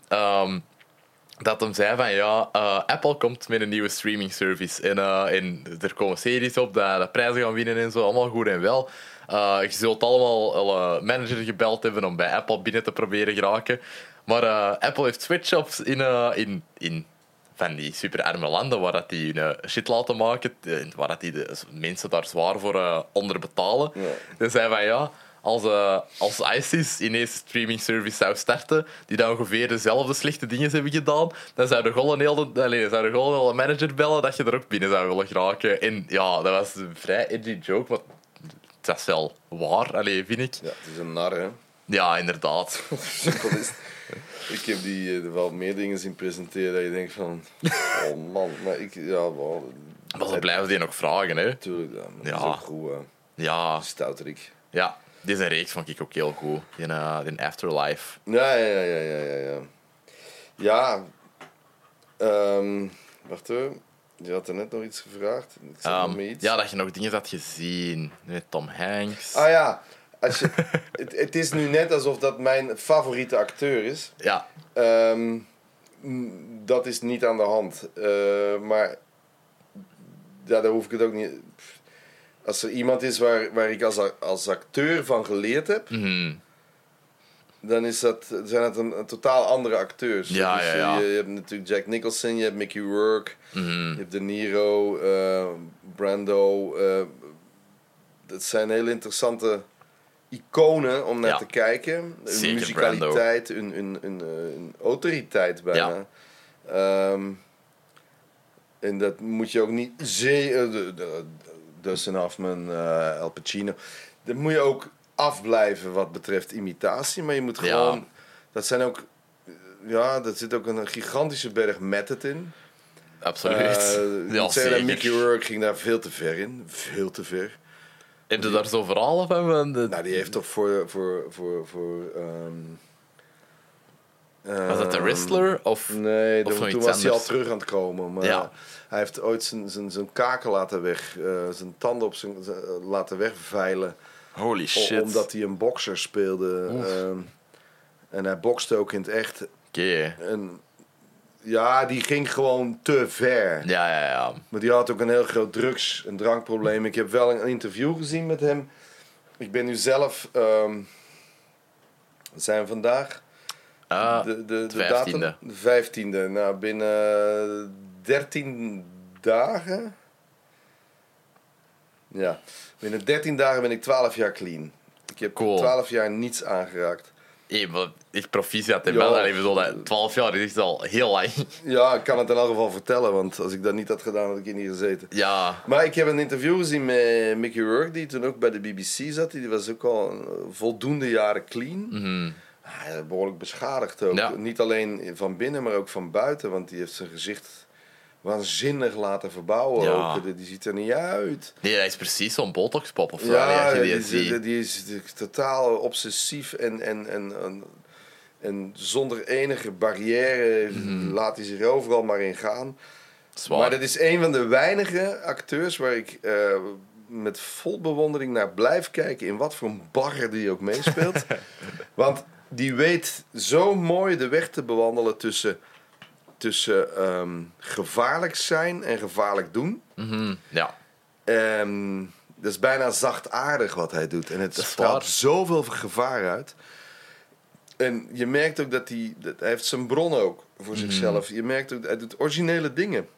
dat hem zei van, Apple komt met een nieuwe streaming service. En er komen series op dat de prijzen gaan winnen en zo. Allemaal goed en wel. Je zult allemaal een manager gebeld hebben om bij Apple binnen te proberen geraken. Maar Apple heeft sweatshops in van die superarme landen waar dat die hun shit laten maken. Waar dat die de mensen daar zwaar voor onderbetalen. Ja. Dus zei van, als ISIS ineens een streaming service zou starten, die dan ongeveer dezelfde slechte dingen hebben gedaan, dan zou er gewoon een manager bellen dat je er ook binnen zou willen geraken. En ja, dat was een vrij edgy joke, maar dat is wel waar, vind ik. Ja, het is een nar, hè. Ja, inderdaad. Simpel is het. Ik heb die wel meer dingen zien presenteren dat je denkt van... Oh man, maar ik... Ja, wel... Maar ze blijven die nog vragen, hè. Natuurlijk, ja. Maar dat is ook goed, ja. Stouterik. Ja, deze reeks vond ik ook heel goed. In Afterlife. Ja. Ja, wacht hoor. Je had er net nog iets gevraagd. Ik zeg nog iets. Ja, dat je nog dingen had gezien. Met Tom Hanks. Ah ja. Het is nu net alsof dat mijn favoriete acteur is. Ja. Dat is niet aan de hand. Maar ja, daar hoef ik het ook niet... Als er iemand is waar ik als acteur van geleerd heb... dan zijn het een totaal andere acteurs. Ja, dus, ja. Je hebt natuurlijk Jack Nicholson, je hebt Mickey Rourke, je hebt De Niro, Brando. Dat zijn hele interessante iconen om naar te kijken. Een musicaliteit, een autoriteit bijna. Ja. En dat moet je ook niet... Dustin Hoffman, Al Pacino. Dat moet je ook afblijven wat betreft imitatie. Maar je moet gewoon... Ja. Dat zijn ook... Ja, er zit ook een gigantische berg method in. Absoluut. Mickey Rourke ging daar veel te ver in. Veel te ver. Heb je daar zo verhalen van? Nou, die heeft toch voor was dat de Wrestler? Nee, toen was hij al terug aan het komen. Maar ja. Hij heeft ooit zijn kaken laten zijn tanden laten wegveilen. Holy shit. Omdat hij een bokser speelde. En hij bokste ook in het echt. En ja, die ging gewoon te ver. Ja. Maar die had ook een heel groot drugs- en drankprobleem. Ik heb wel een interview gezien met hem. Ik ben nu zelf... wat zijn we vandaag? De 15e. datum? De 15e. Nou, binnen 13 dagen... Ja, binnen 13 dagen ben ik 12 jaar clean. Ik heb 12 jaar niets aangeraakt. Maar ik proficiat, hè. Even zo dat 12 jaar is al heel lang. Ja, ik kan het in elk geval vertellen, want als ik dat niet had gedaan, had ik hier niet gezeten. Ja. Maar ik heb een interview gezien met Mickey Rourke, die toen ook bij de BBC zat. Die was ook al voldoende jaren clean. Behoorlijk beschadigd ook. Ja. Niet alleen van binnen, maar ook van buiten, want die heeft zijn gezicht waanzinnig laten verbouwen. Ja. Ook. Die ziet er niet uit. Nee, hij is precies zo'n botoxpop of zo. Ja, die is totaal obsessief en zonder enige barrière laat hij zich overal maar in gaan. Zwaar. Maar dat is een van de weinige acteurs waar ik met vol bewondering naar blijf kijken in wat voor een bagger die ook meespeelt. Want die weet zo mooi de weg te bewandelen tussen gevaarlijk zijn en gevaarlijk doen. Ja. Dat is bijna zachtaardig wat hij doet. En het straalt zoveel gevaar uit. En je merkt ook dat hij heeft zijn bron ook voor zichzelf. Je merkt ook, hij doet originele dingen.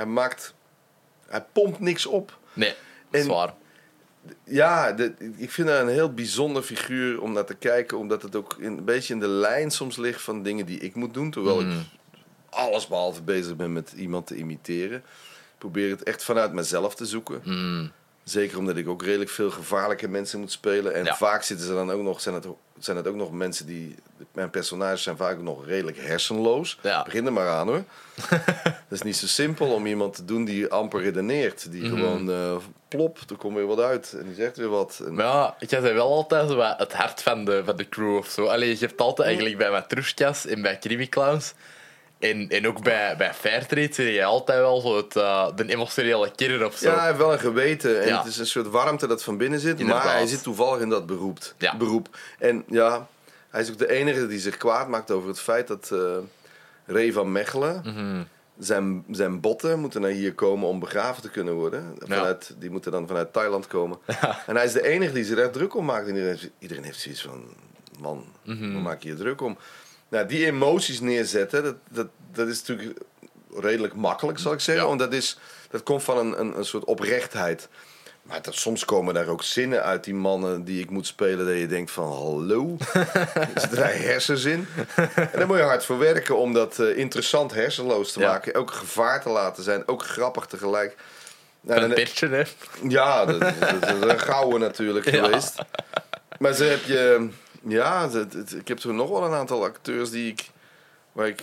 Hij pompt niks op. Nee, dat is waar. Ja, ik vind dat een heel bijzonder figuur om naar te kijken. Omdat het ook een beetje in de lijn soms ligt van dingen die ik moet doen. Terwijl ik allesbehalve bezig ben met iemand te imiteren. Ik probeer het echt vanuit mezelf te zoeken. Zeker omdat ik ook redelijk veel gevaarlijke mensen moet spelen. En vaak zitten ze dan ook nog, zijn het ook nog mensen die... Mijn personages zijn vaak nog redelijk hersenloos. Ja. Begin er maar aan hoor. Dat is niet zo simpel om iemand te doen die amper redeneert. Die gewoon plop, er komt weer wat uit. En die zegt weer wat. En... Maar ja, ik zei wel altijd zo het hart van de crew of zo. Allee, je hebt altijd eigenlijk bij Matrushkas en bij Creamy Clowns... En ook bij Fairtrade zie je altijd wel zo de emotionele killer of zo. Ja, hij heeft wel een geweten. En het is een soort warmte dat van binnen zit. Inderdaad. Maar hij zit toevallig in dat beroep. En ja, hij is ook de enige die zich kwaad maakt over het feit dat Ray van Mechelen... Zijn botten moeten naar hier komen om begraven te kunnen worden. Die moeten dan vanuit Thailand komen. Ja. En hij is de enige die zich daar druk om maakt. En iedereen heeft zoiets van... Man, waar maak je je druk om? Nou, die emoties neerzetten, dat is natuurlijk redelijk makkelijk, zal ik zeggen. Ja. Want dat komt van een soort oprechtheid. Maar soms komen daar ook zinnen uit die mannen die ik moet spelen... dat je denkt van, hallo, zitten daar hersens in? En daar moet je hard voor werken om dat interessant hersenloos te maken. Ook gevaar te laten zijn, ook grappig tegelijk. Nou, een beetje, hè? Ja, dat is een gouden natuurlijk geweest. Maar zo heb je... Ja, ik heb toch nog wel een aantal acteurs waar ik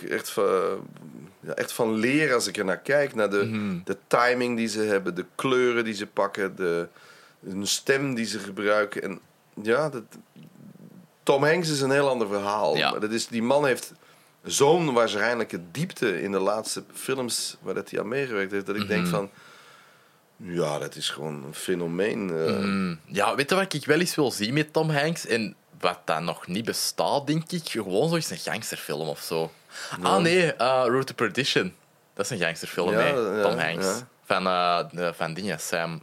echt van leer als ik er naar kijk. Naar de timing die ze hebben, de kleuren die ze pakken, hun stem die ze gebruiken. En ja, Tom Hanks is een heel ander verhaal. Ja. Maar die man heeft zo'n waarschijnlijke diepte in de laatste films waar hij aan meegewerkt heeft. Dat ik denk van, ja, dat is gewoon een fenomeen. Ja, weet je wat ik wel eens wil zien met Tom Hanks? En wat dat nog niet bestaat, denk ik. Gewoon zoiets een gangsterfilm of zo. Ja. Ah nee, Road to Perdition. Dat is een gangsterfilm, Tom Hanks. Ja. Van dingen,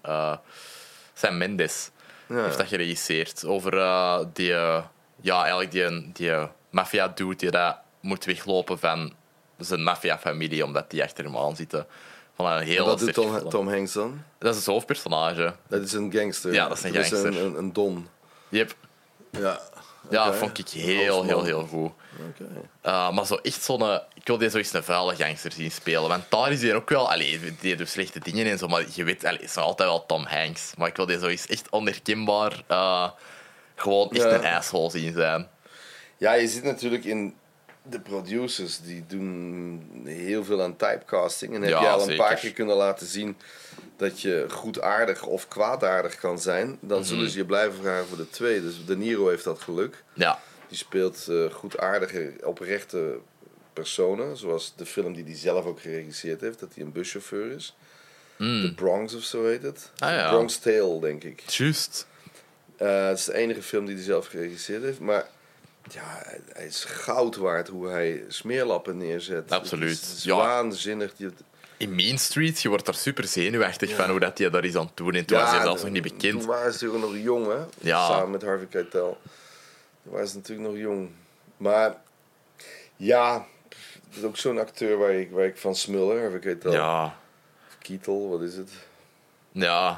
Sam Mendes. Heeft dat geregisseerd. Over eigenlijk die maffia-dude die dat moet weglopen van zijn maffia-familie, omdat die achter hem aan zitten. Van een heel wat doet Tom Hanks dan? Dat is het hoofdpersonage. Dat is een gangster. Ja, dat is een gangster. Dat is een don. Yep. Ja. Ja, dat vond ik heel goed. Okay. Maar zo echt ik wil die zo eens een vuile gangster zien spelen. Want daar is hij ook wel... die doet slechte dingen en zo, maar je weet, het is nog altijd wel Tom Hanks. Maar ik wil die zo eens echt onherkenbaar gewoon echt een asshole zien zijn. Ja, je zit natuurlijk in... De producers die doen heel veel aan typecasting. En heb je al een paar keer kunnen laten zien dat je goedaardig of kwaadaardig kan zijn, dan zullen ze je blijven vragen voor de twee. Dus De Niro heeft dat geluk. Ja. Die speelt goedaardige, oprechte personen. Zoals de film die hij zelf ook geregisseerd heeft, dat hij een buschauffeur is. The Bronx of zo heet het. Ja. Bronx Tale, denk ik. Juist. Het is de enige film die hij zelf geregisseerd heeft. Maar ja, hij is goud waard hoe hij smeerlappen neerzet. Absoluut. Het is waanzinnig. In Mean Street, je wordt daar super zenuwachtig van hoe dat hij dat is aan het doen. En toen was hij zelfs nog niet bekend. Toen waren ze natuurlijk nog jong, hè? Ja. Samen met Harvey Keitel. Toen waren ze natuurlijk nog jong. Maar ja, dat is ook zo'n acteur waar ik van smul, hè? Harvey Keitel. Ja. Of Keitel, wat is het? Ja.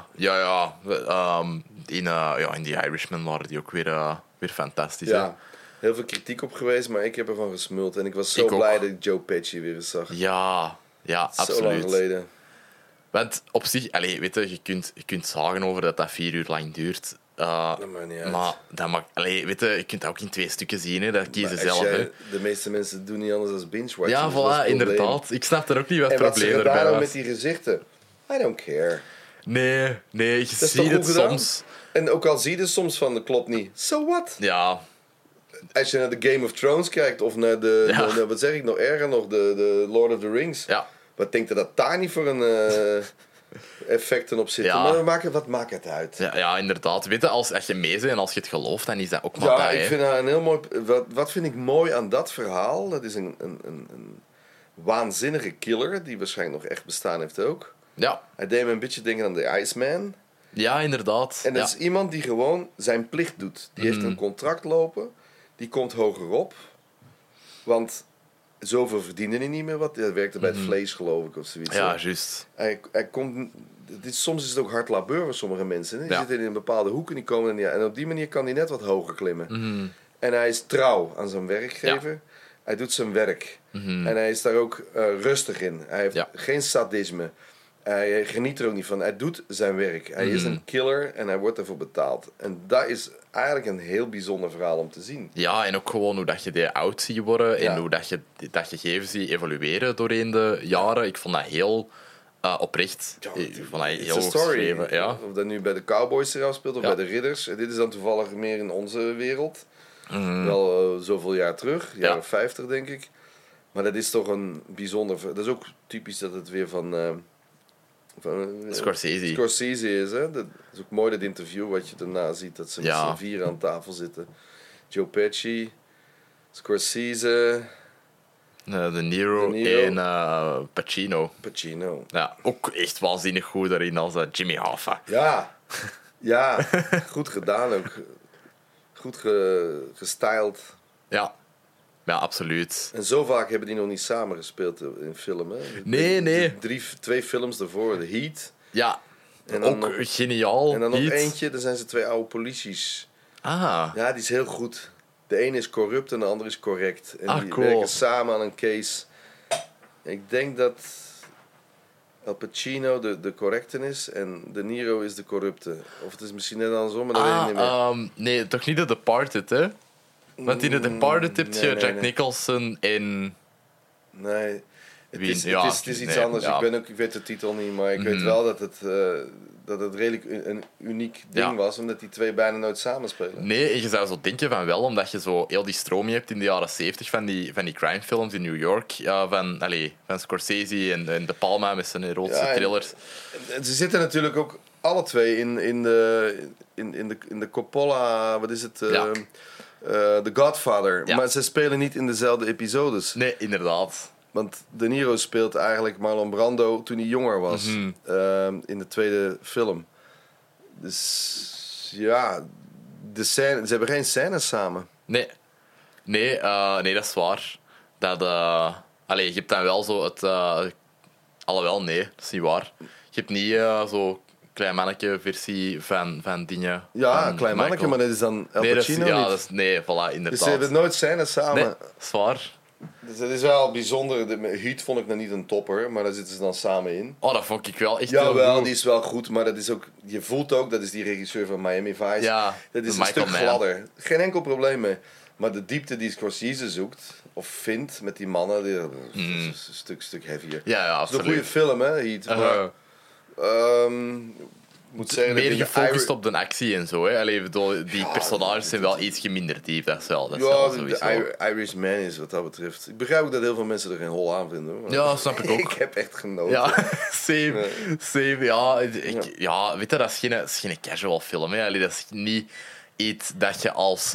In The Irishman waren die ook weer fantastisch. Ja. Hè? Heel veel kritiek op geweest, maar ik heb ervan gesmuld. En ik was zo blij dat ik Joe Pesci weer eens zag. Ja, absoluut. Zo lang geleden. Want op zich, weet je kunt zagen over dat 4 uur lang duurt. Dat maakt niet uit. Maar dat maakt, weet je kunt dat ook in 2 stukken zien. Hè? Dat kiezen zelf. Hè? De meeste mensen doen niet anders dan binge-watchen. Ja, dus voilà, inderdaad. Ik snap er ook niet wat het probleem. probleem erbij was. En wat ze gedaan met die gezichten. I don't care. Nee, je ziet het soms. En ook al zie je het soms van, dat klopt niet. So what? Ja. Als je naar de Game of Thrones kijkt, of naar de wat zeg ik nog erger nog, de Lord of the Rings. Ja. Wat denkt je dat daar niet voor een effecten op zitten? Ja. Maar wat maakt het uit? Ja, inderdaad. Weet je, als je mee bent en als je het gelooft, dan is dat ook maar Ja, ik vind dat een heel mooi... Wat vind ik mooi aan dat verhaal? Dat is een waanzinnige killer, die waarschijnlijk nog echt bestaan heeft ook. Ja. Hij deed me een beetje denken aan de Iceman. Ja, inderdaad. En dat is iemand die gewoon zijn plicht doet. Die heeft een contract lopen. Die komt hoger op. Want zoveel verdiende hij niet meer. Hij werkte bij het vlees, geloof ik, of zoiets. Ja, juist. Hij komt... Soms is het ook hard labeur voor sommige mensen. Hè? Die zitten in een bepaalde hoek en die komen er niet aan. En op die manier kan hij net wat hoger klimmen. En hij is trouw aan zijn werkgever. Ja. Hij doet zijn werk. En hij is daar ook rustig in. Hij heeft geen sadisme. Hij geniet er ook niet van. Hij doet zijn werk. Hij is een killer en hij wordt ervoor betaald. En dat is eigenlijk een heel bijzonder verhaal om te zien. Ja, en ook gewoon hoe dat je die oud ziet worden. En hoe dat je gegevens ziet evolueren doorheen de jaren. Ik vond dat heel oprecht. Ja, ik vond dat heel goed geschreven. Ja. Of dat nu bij de Cowboys zich afspeelt of bij de Ridders. Dit is dan toevallig meer in onze wereld. Wel zoveel jaar terug. Jaren 50 denk ik. Maar dat is toch een bijzonder... Dat is ook typisch dat het weer van Scorsese is, hè? Dat is ook mooi, dat interview wat je daarna ziet, dat ze met z'n 4 aan tafel zitten. Joe Pesci, Scorsese, De Niro en Pacino. Ja, ook echt waanzinnig goed daarin als Jimmy Hoffa. Ja, goed gedaan ook. Goed gestyled. Ja, absoluut. En zo vaak hebben die nog niet samen gespeeld in film, hè? Nee. 2 films daarvoor, The Heat. Ja, en ook nog, geniaal. En dan nog eentje, daar zijn ze 2 oude polities. Ah. Ja, die is heel goed. De ene is corrupt en de andere is correct. En die cool. werken samen aan een case. Ik denk dat Al Pacino de correcte is en De Niro is de corrupte. Of het is misschien net andersom, maar dat weet ik niet meer. Nee, toch niet The Departed, hè? Want in The Departed heb je Jack Nicholson in... Nee, het is iets nee, anders. Ja. Ik weet de titel niet, maar ik weet wel dat het redelijk een uniek ding was, omdat die twee bijna nooit samenspelen. Nee, en je zou zo denken van wel, omdat je zo heel die stroming hebt in de jaren 70 van die crimefilms in New York, van Scorsese en De Palma met zijn erotische thrillers. En ze zitten natuurlijk ook alle twee in de Coppola, wat is het? The Godfather. Ja. Maar ze spelen niet in dezelfde episodes. Nee, inderdaad. Want De Niro speelt eigenlijk Marlon Brando toen hij jonger was. In de tweede film. Dus ja, ze hebben geen scènes samen. Nee, dat is waar. Je hebt dan wel zo het... alhoewel, nee, dat is niet waar. Je hebt niet zo klein manneke versie van dingen. Ja, klein manneke, maar dat is dan El Pacino niet. Nee, voilà, inderdaad. Dus ze hebben nooit scènes samen. Nee, dat is waar. Dus dat is wel bijzonder. Heat vond ik nog niet een topper, maar daar zitten ze dan samen in. Oh, dat vond ik wel echt heel goed. Jawel, die is wel goed, maar dat is ook, je voelt ook, dat is die regisseur van Miami Vice. Ja, dat is een stuk gladder. Geen enkel probleem mee. Maar de diepte die Scorsese zoekt, of vindt met die mannen, is een stuk heavier. Ja, absoluut. Het is een goede film, hè, Heat. Maar, moet zeggen, meer gefocust op de actie en zo. Hè. Die personages zijn wel iets minder diep. Dat is wel sowieso. De Irishman is wat dat betreft. Ik begrijp ook dat heel veel mensen er geen hol aan vinden. Hoor. Ja, snap ik ook. Ik heb echt genoten. Ja, same. Ja, weet je, dat is geen casual film. Hè. Dat is niet iets dat je als...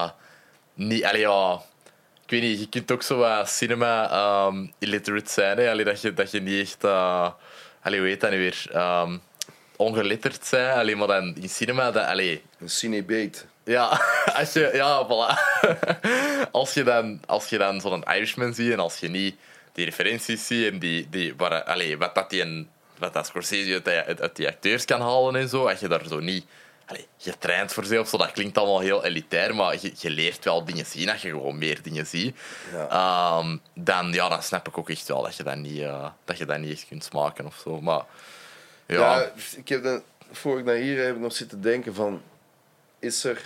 ik weet niet, je kunt ook zo wat cinema illiterate zijn. Hè. Dat je niet echt... hoe heet dat nu weer? Ongeletterd zijn, alleen maar dan in cinema. Een cinebeet. Ja, voilà. als je dan zo'n Irishman ziet en als je niet die referenties ziet en wat dat Scorsese uit die acteurs kan halen en zo, als je daar zo niet getraind voor bent of zo, dat klinkt allemaal heel elitair, maar je leert wel dingen zien als je gewoon meer dingen ziet. Ja. Dan snap ik ook echt wel dat je dat niet echt kunt smaken of zo. Maar ja, ik heb dan, voor ik naar hier heb nog zitten denken van, is er...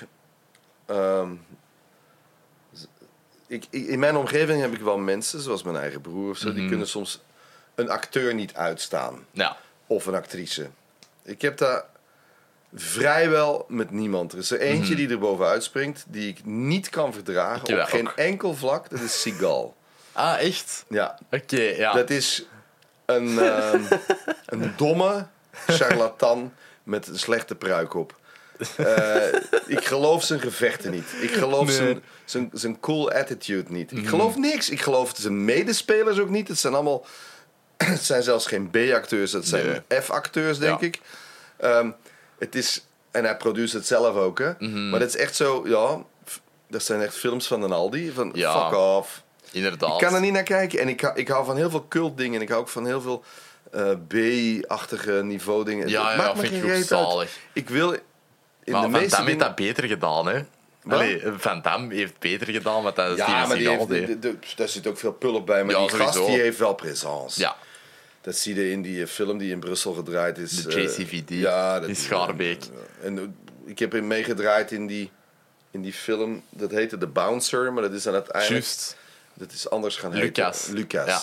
in mijn omgeving heb ik wel mensen, zoals mijn eigen broer of zo, die kunnen soms een acteur niet uitstaan. Ja. Of een actrice. Ik heb dat vrijwel met niemand. Er is er eentje die er bovenuit springt, die ik niet kan verdragen, op geen enkel vlak. Dat is Seagal. Ah, echt? Ja. Oké, ja. Dat is een domme charlatan met een slechte pruik op. Ik geloof zijn gevechten niet. Ik geloof zijn cool attitude niet. Ik geloof niks. Ik geloof zijn medespelers ook niet. Het zijn zelfs geen B-acteurs. Het zijn F-acteurs, denk ik. Het is... En hij produceert het zelf ook, hè. Maar het is echt zo... Ja, dat zijn echt films van een Aldi. Van fuck off. Inderdaad. Ik kan er niet naar kijken. En ik hou van heel veel cultdingen. Ik hou ook van heel veel B-achtige niveau dingen. Ja, vind ik ook zalig. Ik wil... Maar Van Damme heeft dat beter gedaan, hè. Van Damme heeft beter gedaan, want dat is daar zit ook veel pulp bij. Maar die gast die heeft wel présence. Ja. Dat zie je in die film die in Brussel gedraaid is. De JCVD in Schaarbeek. En ik heb hem meegedraaid in die film. Dat heette The Bouncer, maar dat is dan uiteindelijk... Juist. Dat is anders gaan Lucas. Ja.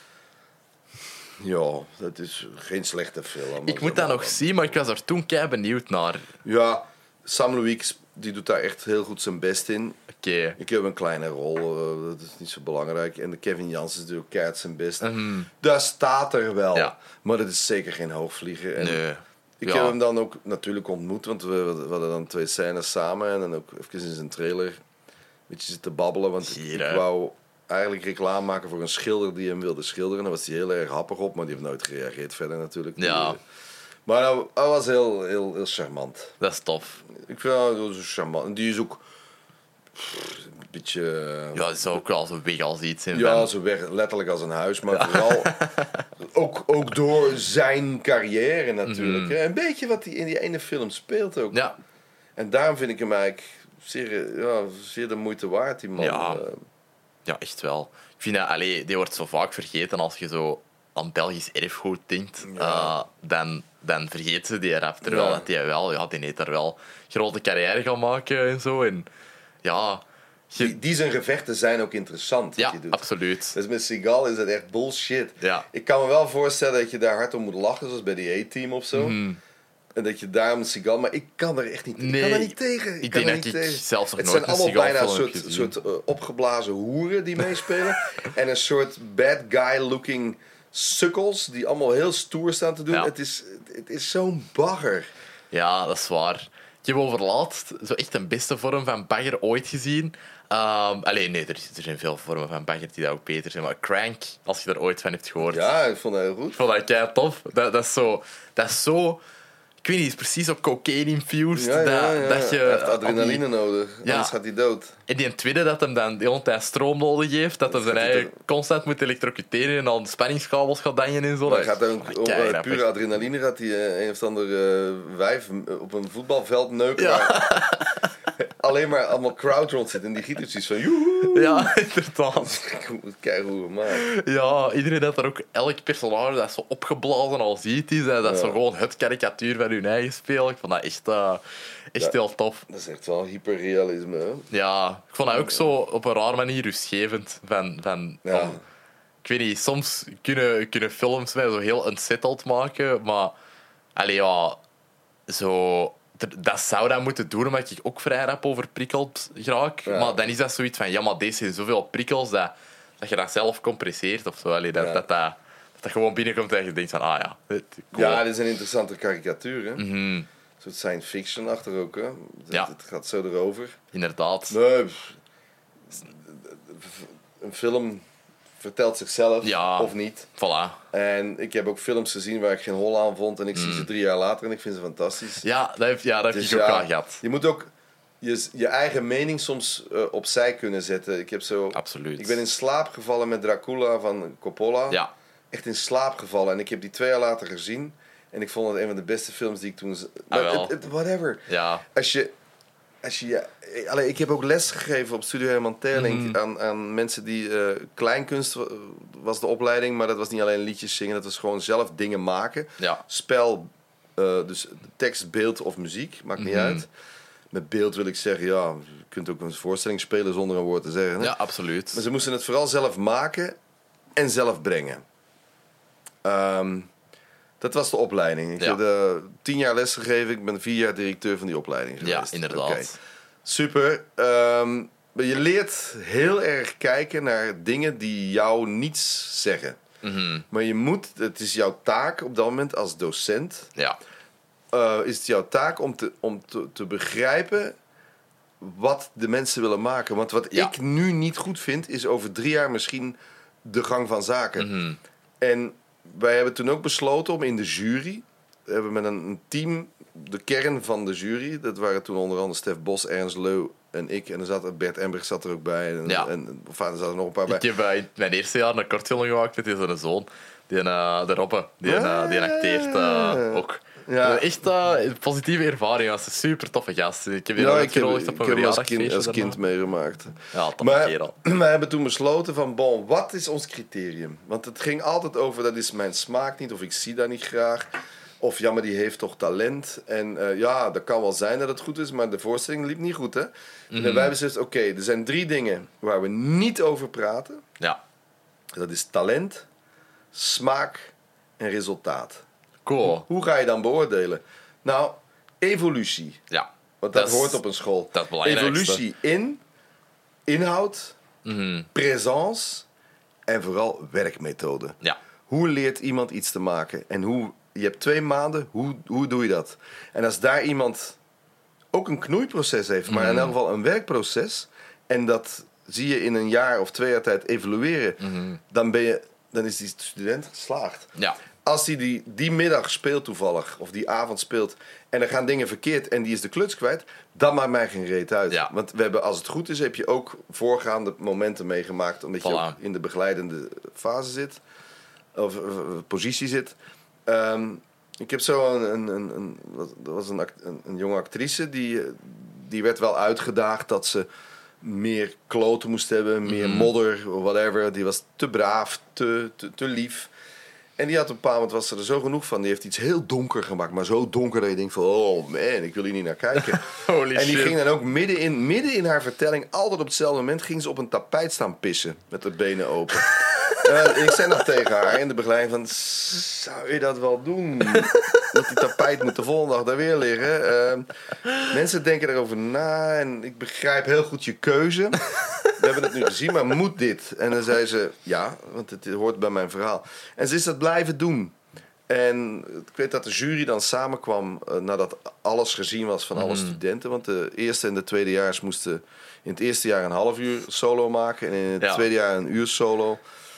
Ja, dat is geen slechte film. Ik moet dat nog zien, maar ik was er toen kei benieuwd naar. Ja, Sam Louix die doet daar echt heel goed zijn best in. Okay. Ik heb een kleine rol, dat is niet zo belangrijk. En de Kevin Janssens doet ook keihard zijn best. Dat staat er wel, maar dat is zeker geen hoogvlieger. En nee. Ik heb hem dan ook natuurlijk ontmoet, want we hadden dan 2 scènes samen. En dan ook even in zijn trailer een beetje zitten babbelen. Want ik wou eigenlijk reclame maken voor een schilder die hem wilde schilderen. Daar was hij heel erg happig op, maar die heeft nooit gereageerd verder natuurlijk. Ja. Maar hij was heel charmant. Dat is tof. Ik vind hem zo charmant. En die is ook een beetje... Ja, dat is ook wel zo weg als iets. Ja, zo weg, letterlijk als een huis. Maar vooral ook door zijn carrière natuurlijk. Hè. Een beetje wat hij in die ene film speelt ook. Ja. En daarom vind ik hem eigenlijk zeer de moeite waard, die man. Ja, echt wel. Ik vind dat, die wordt zo vaak vergeten als je zo aan Belgisch erfgoed denkt. Ja. Dan vergeet ze die eraf. Terwijl dat die heeft daar wel grote carrière gaan maken en zo. En ja, Die zijn gevechten zijn ook interessant. Ja, wat je doet. absoluut. Dus met Seagal is dat echt bullshit. Ja. Ik kan me wel voorstellen dat je daar hard om moet lachen, zoals bij die A-team of zo. En dat je daarom een Seagal... Maar ik kan er echt niet, ik kan er niet tegen. Ik denk dat ik zelfs nog het nooit zijn een allemaal bijna Seagal-film een soort opgeblazen hoeren die meespelen. En een soort bad guy-looking sukkels die allemaal heel stoer staan te doen. Ja. Het is zo'n bagger. Ja, dat is waar. Ik heb overlaatst zo echt een beste vorm van bagger ooit gezien. Nee, er zijn veel vormen van bagger die dat ook beter zijn. Maar Crank, als je er ooit van hebt gehoord. Ja, ik vond dat heel goed. Ik vond dat kei tof. Dat is zo... Ik weet niet, het is precies op cocaine-infused. Dat je, hij heeft adrenaline nodig, anders gaat hij dood. En die tweede dat hem dan de hele tijd stroom nodig heeft, dat hij zijn eigen constant moet elektrocuteren en dan spanningskabels gaat danjen en zo. Maar gaat ook op pure adrenaline gaat hij een of ander wijf op een voetbalveld neuken. Ja. Alleen maar allemaal crowd rond zit en die giet iets van joehoe. Ja, inderdaad. Kijk hoe we maken. Ja, iedereen dat er ook elk personage dat zo opgeblazen al ziet is, dat is zo gewoon het karikatuur van hun eigen spel. Ik vond dat echt heel tof. Dat is echt wel hyperrealisme, hè? Ja, ik vond dat ook zo op een rare manier rustgevend. Van, ik weet niet, soms kunnen films mij zo heel unsettled maken, maar dat zou dat moeten doen, omdat ik ook vrij rap overprikkeld raak. Ja. Maar dan is dat zoiets van, maar deze zijn zoveel prikkels dat je dat zelf compresseert of zo. Dat gewoon binnenkomt en je denkt van, cool. Ja, dit is een interessante karikatuur, hè? Een soort science fiction achter ook, hè? Het gaat zo erover. Inderdaad. Nee, een film vertelt zichzelf, of niet. Voilà. En ik heb ook films gezien waar ik geen hol aan vond en ik zie ze 3 jaar later en ik vind ze fantastisch. Ja, dat heb ik ook wel gehad. Je moet ook je eigen mening soms opzij kunnen zetten. Absoluut. Ik ben in slaap gevallen met Dracula van Coppola. Ja. Echt in slaap gevallen. En ik heb die 2 jaar later gezien. En ik vond het een van de beste films die ik toen... whatever. Ja. Ik heb ook les gegeven op Studio Herman Terling aan mensen die... kleinkunst was de opleiding, maar dat was niet alleen liedjes zingen. Dat was gewoon zelf dingen maken. Ja. Spel, dus tekst, beeld of muziek. Maakt niet uit. Met beeld wil ik zeggen, je kunt ook een voorstelling spelen zonder een woord te zeggen. Hè? Ja, absoluut. Maar ze moesten het vooral zelf maken en zelf brengen. Dat was de opleiding. Ik heb 10 jaar les gegeven. Ik ben 4 jaar directeur van die opleiding geweest. Ja, inderdaad. Okay. Super. Maar je leert heel erg kijken naar dingen die jou niets zeggen. Maar het is jouw taak op dat moment als docent... Ja. Is het jouw taak om te begrijpen wat de mensen willen maken. Want wat ik nu niet goed vind, is over 3 jaar misschien de gang van zaken. En wij hebben toen ook besloten om in de jury... We hebben met een team, de kern van de jury... Dat waren toen onder andere Stef Bos, Ernst Leu en ik. En Bert Emberg zat er ook bij. En er zaten er nog een paar bij. Ik heb in mijn eerste jaar een kortfilm gemaakt met zijn zoon. De Robbe. Die acteert ook. Ja. Echt positieve ervaring. Dat is een super toffe gast. Ik heb die nog uitgenodigd op een verjaardagsfeestje. Als kind meegemaakt. Ja, toffe kerel. Wij hebben toen besloten van, wat is ons criterium? Want het ging altijd over, dat is mijn smaak niet, of ik zie dat niet graag. Of ja, maar die heeft toch talent. En dat kan wel zijn dat het goed is, maar de voorstelling liep niet goed, hè? En wij beslisten, oké, er zijn 3 dingen waar we niet over praten. Ja. Dat is talent, smaak en resultaat. Cool. Hoe ga je dan beoordelen? Nou, evolutie. Ja. Want dat hoort op een school. Dat is belangrijkste. Evolutie in inhoud, présence en vooral werkmethode. Ja. Hoe leert iemand iets te maken? En je hebt 2 maanden, hoe doe je dat? En als daar iemand ook een knoeiproces heeft, maar in elk geval een werkproces, en dat zie je in een jaar of 2 jaar tijd evolueren, dan is die student geslaagd. Ja. Als hij die middag speelt toevallig, of die avond speelt, en er gaan dingen verkeerd en die is de kluts kwijt, dan maakt mij geen reet uit. Ja. Want we hebben, als het goed is, heb je ook voorgaande momenten meegemaakt, omdat je ook in de begeleidende fase zit, of positie zit. Ik heb zo een jonge actrice, die werd wel uitgedaagd dat ze meer kloten moest hebben, meer modder, whatever. Die was te braaf, te lief. En die had op een bepaald moment, was er zo genoeg van. Die heeft iets heel donker gemaakt. Maar zo donker dat je denkt van... Oh man, ik wil hier niet naar kijken. Holy en die shit. ging dan ook midden in haar vertelling... altijd op hetzelfde moment ging ze op een tapijt staan pissen. Met de benen open. Ik zei nog tegen haar in de begeleiding van... Zou je dat wel doen? Want die tapijt moet de volgende dag daar weer liggen. Mensen denken erover na. En ik begrijp heel goed je keuze. We hebben het nu gezien, maar moet dit? En dan zei ze... Ja, want het hoort bij mijn verhaal. En ze is dat blijven doen. En ik weet dat de jury dan samenkwam... nadat alles gezien was van alle studenten. Want de eerste en de tweedejaars moesten... in het eerste jaar een half uur solo maken... en in het tweede jaar een uur solo...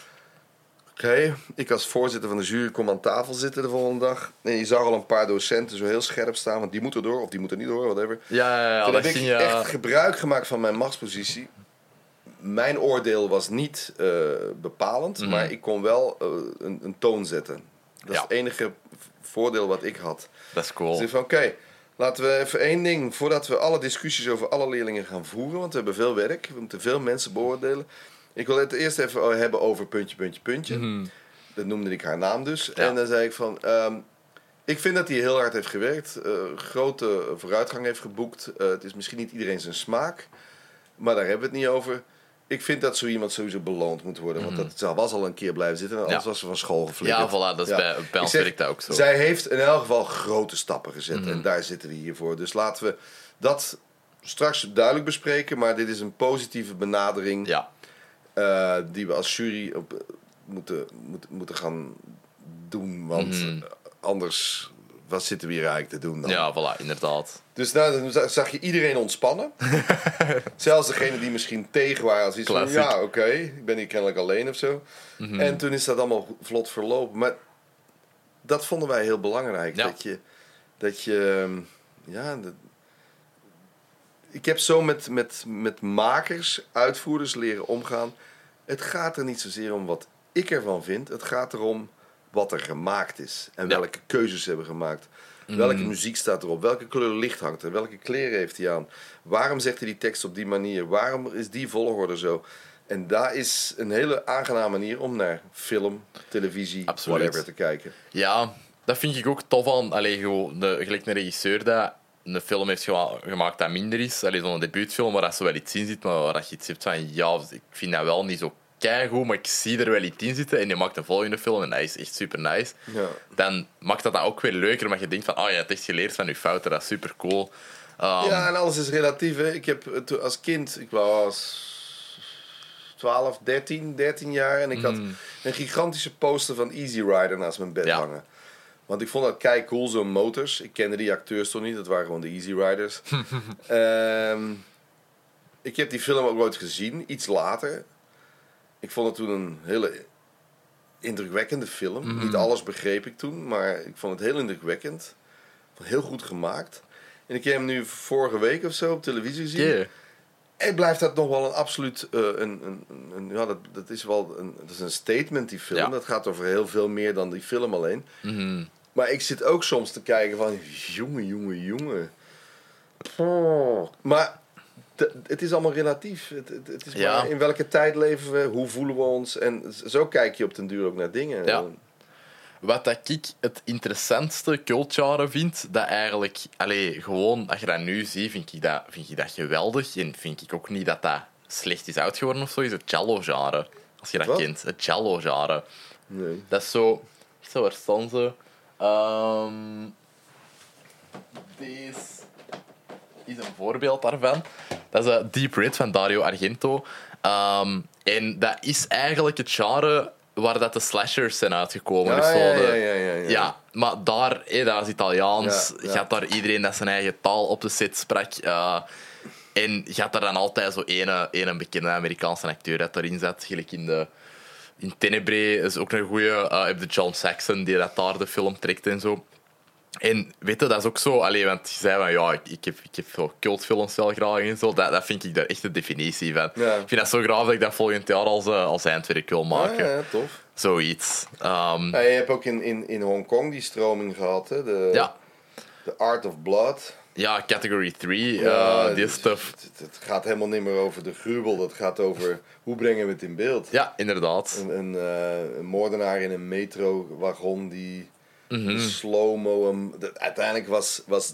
Oké, ik als voorzitter van de jury kom aan tafel zitten de volgende dag. En je zag al een paar docenten zo heel scherp staan. Want die moeten door of die moeten niet door, whatever. Ja, Toen dat heb ik ging echt gebruik gemaakt van mijn machtspositie. Mijn oordeel was niet bepalend. Maar ik kon wel een toon zetten. Dat is het enige voordeel wat ik had. Dat is cool. Dus ik van oké, laten we even één ding... voordat we alle discussies over alle leerlingen gaan voeren... want we hebben veel werk, we moeten veel mensen beoordelen... Ik wil het eerst even hebben over puntje. Dat noemde ik haar naam dus. Ja. En dan zei ik van... ik vind dat hij heel hard heeft gewerkt. Grote vooruitgang heeft geboekt. Het is misschien niet iedereen zijn smaak. Maar daar hebben we het niet over. Ik vind dat zo iemand sowieso beloond moet worden. Want dat was al een keer blijven zitten. En anders was ze van school geflikkerd. Ja, voilà. Dat is bij ons werkt dat ook zo. Zij heeft in elk geval grote stappen gezet. En daar zitten we hier voor. Dus laten we dat straks duidelijk bespreken. Maar dit is een positieve benadering... Ja. Die we als jury moeten gaan doen. Want anders, wat zitten we hier eigenlijk te doen dan? Ja, voilà, inderdaad. Dus dan zag je iedereen ontspannen. Zelfs degene die misschien tegen waren. Als iets van, ja, oké, ik ben hier kennelijk alleen of zo. En toen is dat allemaal vlot verlopen. Maar dat vonden wij heel belangrijk. Ja. Dat je ik heb zo met makers, uitvoerders leren omgaan. Het gaat er niet zozeer om wat ik ervan vind. Het gaat erom wat er gemaakt is. En welke keuzes ze hebben gemaakt. Welke muziek staat erop? Welke kleur licht hangt er? Welke kleren heeft hij aan? Waarom zegt hij die tekst op die manier? Waarom is die volgorde zo? En daar is een hele aangename manier om naar film, televisie, whatever te kijken. Ja, dat vind ik ook tof aan. Gelijk een regisseur dat een film heeft gemaakt dat minder is. Zo'n debuutfilm waar dat zo wel iets in zit, maar waar dat je iets hebt van... Ja, ik vind dat wel niet zo keigoed, maar ik zie er wel iets in zitten. En je maakt een volgende film en dat is echt super nice. Ja. Dan maakt dat ook weer leuker, omdat je denkt van... Oh, je hebt echt geleerd van je fouten, dat is super cool. Ja, en alles is relatief. Hè. Ik heb als kind... Ik was 12, 13 jaar. En ik had een gigantische poster van Easy Rider naast mijn bed hangen. Want ik vond dat kei cool, zo'n motors. Ik kende die acteurs toch niet, dat waren gewoon de Easy Riders. Ik heb die film ook nooit gezien, iets later. Ik vond het toen een hele indrukwekkende film. Niet alles begreep ik toen, maar ik vond het heel indrukwekkend. Heel goed gemaakt. En ik heb hem nu vorige week of zo op televisie gezien. Yeah. En blijft dat nog wel een absoluut... dat is een statement, die film. Ja. Dat gaat over heel veel meer dan die film alleen. Maar ik zit ook soms te kijken van... Jongen. Maar het is allemaal relatief. Het is maar in welke tijd leven we, hoe voelen we ons. En zo kijk je op den duur ook naar dingen. Ja. Wat dat ik het interessantste cultgenre vind, dat eigenlijk... gewoon, als je dat nu ziet, vind ik dat geweldig. En vind ik ook niet dat dat slecht is uitgeworden of zo, is het cello-genre. Als je dat kent. Het cello-genre. Nee. Dat is zo... Waar staan ze? Deze is een voorbeeld daarvan. Dat is Deep Red van Dario Argento. En dat is eigenlijk het genre waar dat de slashers zijn uitgekomen. Ja, maar daar, dat is Italiaans. Gaat daar iedereen dat zijn eigen taal op de set sprak. En gaat daar dan altijd zo ene bekende Amerikaanse acteur dat daarin zat. Gelijk in Tenebrae is ook een goeie. Heb de John Saxon die dat daar de film trekt en zo. En weet je, dat is ook zo... want je zei van, ik heb veel cultfilms wel graag en zo. Dat vind ik daar echt de definitie van. Ja. Ik vind dat zo graag dat ik dat volgend jaar als eindwerk wil maken. Ja, tof. Zoiets. Je hebt ook in Hongkong die stroming gehad, hè? De Art of Blood. Ja, category 3, die stuff. Het gaat helemaal niet meer over de gruwel. Dat gaat over hoe brengen we het in beeld. Ja, inderdaad. Een moordenaar in een metrowagon die slow-mo... Uiteindelijk was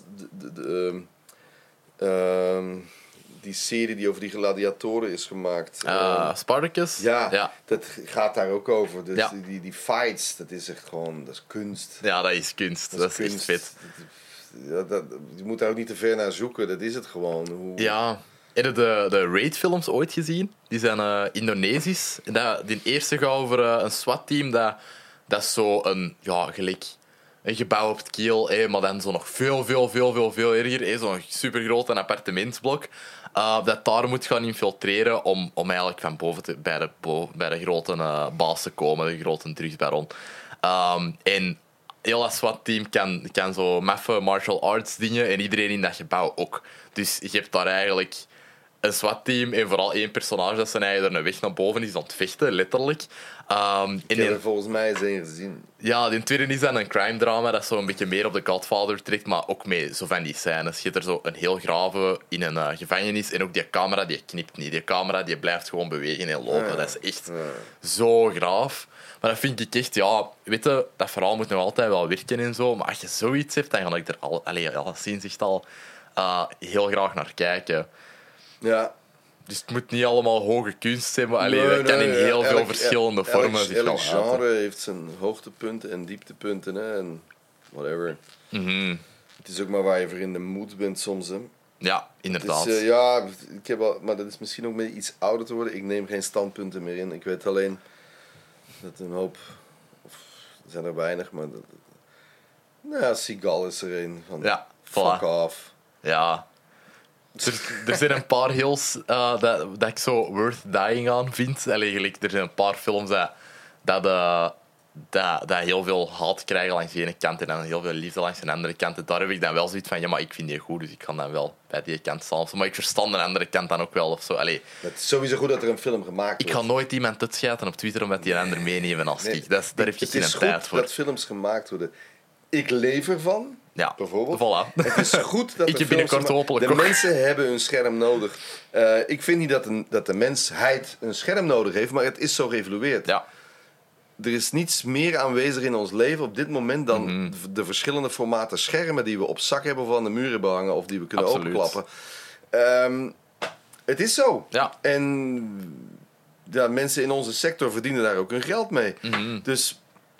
die serie die over die gladiatoren is gemaakt. Spartacus? Ja, dat gaat daar ook over. Dus ja. die fights, dat is echt gewoon... Dat is kunst. Ja, dat is kunst. Dat is kunst. Echt vet. Je moet daar ook niet te ver naar zoeken. Dat is het gewoon. Ja. Heb je de Raid-films ooit gezien? Die zijn Indonesisch. Die eerste gaat over een SWAT-team dat is zo gelijk een gebouw op het kiel, maar dan zo nog veel erger. Zo'n supergroot appartementsblok. Dat daar moet gaan infiltreren om eigenlijk van boven bij de grote baas te komen, de grote drugsbaron. En heel dat SWAT-team kan zo maffe martial arts dingen en iedereen in dat gebouw ook. Dus je hebt daar eigenlijk een SWAT-team en vooral één personage dat zijn eigen er een weg naar boven is aan het vechten, letterlijk. Ik heb er volgens mij eens een gezien. Ja, die tweede is dan een crime drama dat zo een beetje meer op de Godfather trekt, maar ook met zo van die scènes. Je hebt er zo een heel grave in een gevangenis en ook die camera die knipt niet. Die camera die blijft gewoon bewegen en lopen. Dat is echt zo graaf. Maar dat vind ik echt, weet je, dat verhaal moet nog altijd wel werken en zo, maar als je zoiets hebt, dan ga ik er alleszins echt al heel graag naar kijken. Ja. Dus het moet niet allemaal hoge kunst zijn, maar dat kan in heel veel verschillende vormen zich elk genre heeft zijn hoogtepunten en dieptepunten, hè, en whatever. Mm-hmm. Het is ook maar waar je voor in de mood bent soms, hè. Ja, inderdaad. Dus, ik heb maar dat is misschien ook met iets ouder te worden. Ik neem geen standpunten meer in. Ik weet alleen dat een hoop... er zijn er weinig, maar... Seagal is er een. Van, ja, fuck off. Ja. Er zijn een paar hills dat ik zo worth dying aan vind. Er zijn een paar films dat heel veel haat krijgen langs de ene kant en dan heel veel liefde langs de andere kant. En daar heb ik dan wel zoiets van, ja, maar ik vind die goed, dus ik ga dan wel bij die kant staan. Maar ik verstand de andere kant dan ook wel. Of zo. Het is sowieso goed dat er een film gemaakt wordt. Ik ga nooit iemand het schijten op Twitter omdat die een ander meenemen als ik. Daar heb je geen tijd voor. Het is goed dat films gemaakt worden. Ik leef ervan. Ja, bijvoorbeeld. Voilà. Het is goed dat ik binnenkort hopelijk de mensen hebben een scherm nodig. Ik vind niet dat de mensheid een scherm nodig heeft, maar het is zo geëvolueerd. Ja. Er is niets meer aanwezig in ons leven op dit moment dan de verschillende formaten schermen die we op zak hebben of aan de muren behangen of die we kunnen openklappen. Het is zo. Ja. En mensen in onze sector verdienen daar ook hun geld mee. Dus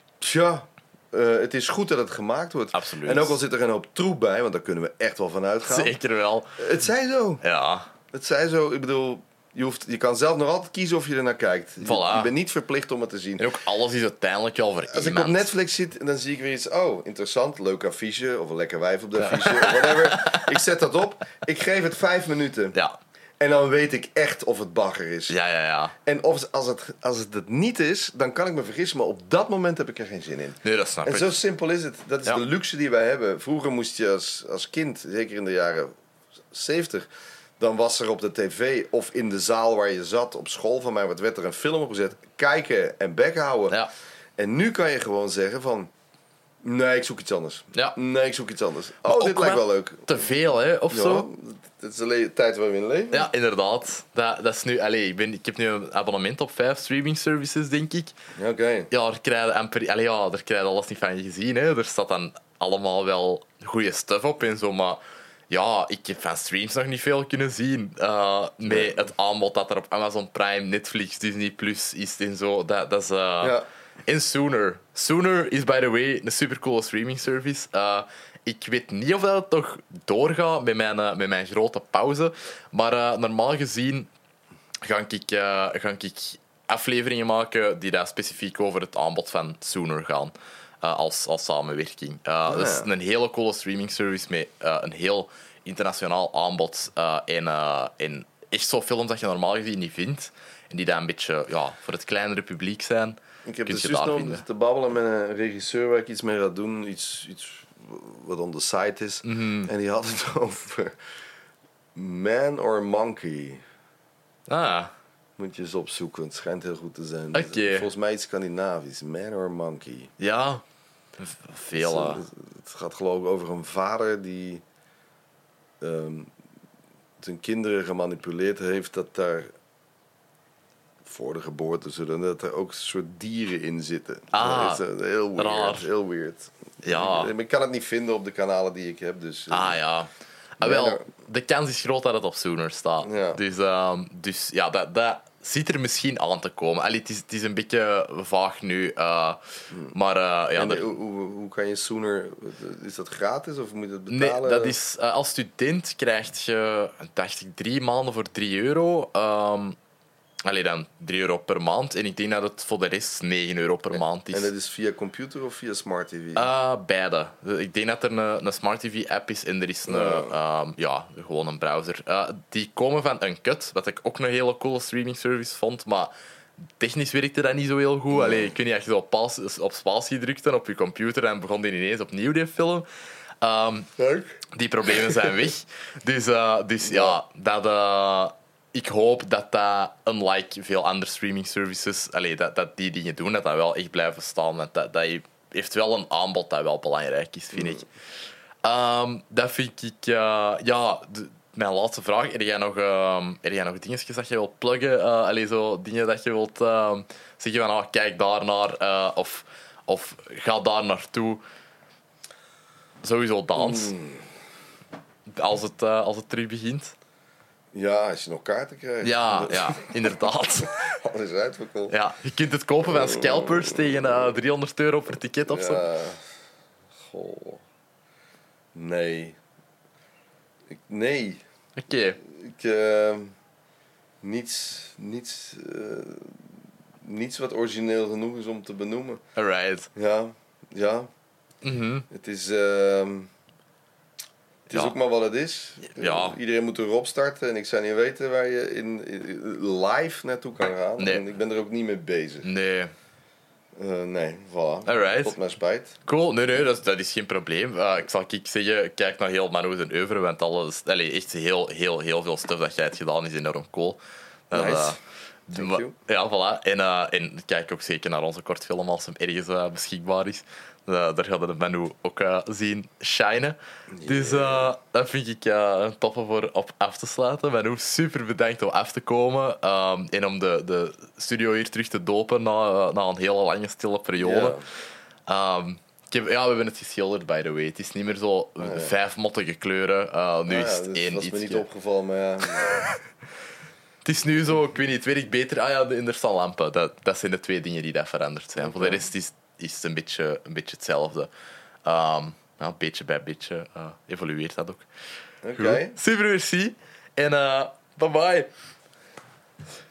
het is goed dat het gemaakt wordt. Absoluut. En ook al zit er een hoop troep bij, want daar kunnen we echt wel van uitgaan. Zeker wel. Het zij zo. Ja. Het zij zo. Ik bedoel, je kan zelf nog altijd kiezen of je er naar kijkt. Voilà. Je bent niet verplicht om het te zien. En ook alles is uiteindelijk wel voor Als iemand. ik op Netflix zit, dan zie ik weer iets. Oh, interessant, leuk affiche. Of een lekker wijf op de affiche. Of whatever. Ik zet dat op. Ik geef het 5 minuten. Ja. En dan weet ik echt of het bagger is. Ja. En als het niet is, dan kan ik me vergissen. Maar op dat moment heb ik er geen zin in. Nee, dat snap ik. En zo simpel is het. Dat is de luxe die wij hebben. Vroeger moest je als kind, zeker in de jaren 70... dan was er op de tv of in de zaal waar je zat, op school van mij, werd er een film opgezet. Kijken en bek houden. Ja. En nu kan je gewoon zeggen van... nee, ik zoek iets anders. Ja. Nee, ik zoek iets anders. Oh, dit lijkt wel leuk. Te veel, hè? Of zo. Het is de tijd waar we in leven. Ja, inderdaad. Dat is nu... ik heb nu een abonnement op 5 streaming services, denk ik. Oké. Ja, daar krijg je alles niet van je gezien, hè. Er staat dan allemaal wel goede stuff op en zo, maar... ja, ik heb van streams nog niet veel kunnen zien. Met het aanbod dat er op Amazon Prime, Netflix, Disney Plus is en zo. Dat is... En Sooner. Sooner is, by the way, een supercoole streaming service. Ik weet niet of dat nog doorgaat met mijn grote pauze. Maar normaal gezien ga ik afleveringen maken die daar specifiek over het aanbod van Sooner gaan. Als samenwerking. Dat is een hele coole streaming service met een heel internationaal aanbod. En echt zo films dat je normaal gezien niet vindt. En die daar een beetje voor het kleinere publiek zijn. Ik heb dus nog te babbelen met een regisseur waar ik iets mee ga doen. Iets wat on the site is. En die had het over Man or Monkey. Moet je eens opzoeken, het schijnt heel goed te zijn. Okay. Volgens mij iets Scandinavisch. Man or Monkey. Ja, veel. Het gaat geloof ik over een vader die zijn kinderen gemanipuleerd heeft, dat daar voor de geboorte dat er ook een soort dieren in zitten. Dat is heel weird. Raar. Heel weird. Ja. Ik kan het niet vinden op de kanalen die ik heb. Dus, ja. Wel, de kans is groot dat het op Sooner staat. Ja. Dus ja, dat zit er misschien aan te komen. Allee, het is een beetje vaag nu. Maar ja... Hoe kan je Sooner... Is dat gratis of moet je het betalen? Nee, dat is... als student krijg je, dacht ik, 3 maanden voor €3. Allee, dan €3 per maand. En ik denk dat het voor de rest €9 per maand is. En dat is via computer of via smart tv? Beide. Ik denk dat er een smart tv-app is en er is gewoon een browser. Die komen van Uncut, wat ik ook een hele coole streaming service vond, maar technisch werkte dat niet zo heel goed. Allee, ik weet niet, als je zo op spatie drukte op je computer en begon die ineens opnieuw die film. Die problemen zijn weg. Dus ja, dat... Ik hoop dat unlike veel andere streaming services, dat die dingen doen, dat wel echt blijven staan. Want dat heeft wel een aanbod dat wel belangrijk is, vind ik. Dat vind ik... mijn laatste vraag. Heb jij nog dingetjes dat je wilt pluggen? Zo dingen dat je wilt zeggen van kijk daar naar of ga daar naartoe. Sowieso dans. Als het terug begint. Ja, als je nog kaarten krijgt. Ja, inderdaad. Alles is uitverkocht. Ja, je kunt het kopen van scalpers tegen €300 per ticket of zo. Goh. Nee. Nee. Oké. Niets wat origineel genoeg is om te benoemen. Alright. Ja. Mm-hmm. Het is ook maar wat het is. Ja. Iedereen moet erop starten en ik zou niet weten waar je in live naartoe kan gaan. Nee. En ik ben er ook niet mee bezig. Nee. Nee, voilà. Alright. Tot mijn spijt. Cool, nee, dat is geen probleem. Ik zal zeggen, kijk naar heel Mano's en Oeuvre, want alles, echt heel veel stuff dat jij hebt gedaan is enorm cool. Nice. Thank you. Ja, voilà. En kijk ook zeker naar onze kortfilm als hem ergens beschikbaar is. Daar gaat de Manu ook zien shinen. Yeah. Dus dat vind ik een toffe voor op af te sluiten. Manu, super bedankt om af te komen. En om de studio hier terug te dopen na een hele lange stille periode. Yeah. We hebben het geschilderd, by the way. Het is niet meer zo 5 mottige kleuren. Nu is het één iets. Dat is me niet opgevallen, maar ja. Het is nu zo, ik weet niet, het werkt beter. Er staan lampen. Dat zijn de 2 dingen die dat veranderd zijn. Okay. Voor de rest is het een beetje hetzelfde. Beetje bij beetje evolueert dat ook. Oké. Super, merci. En bye-bye.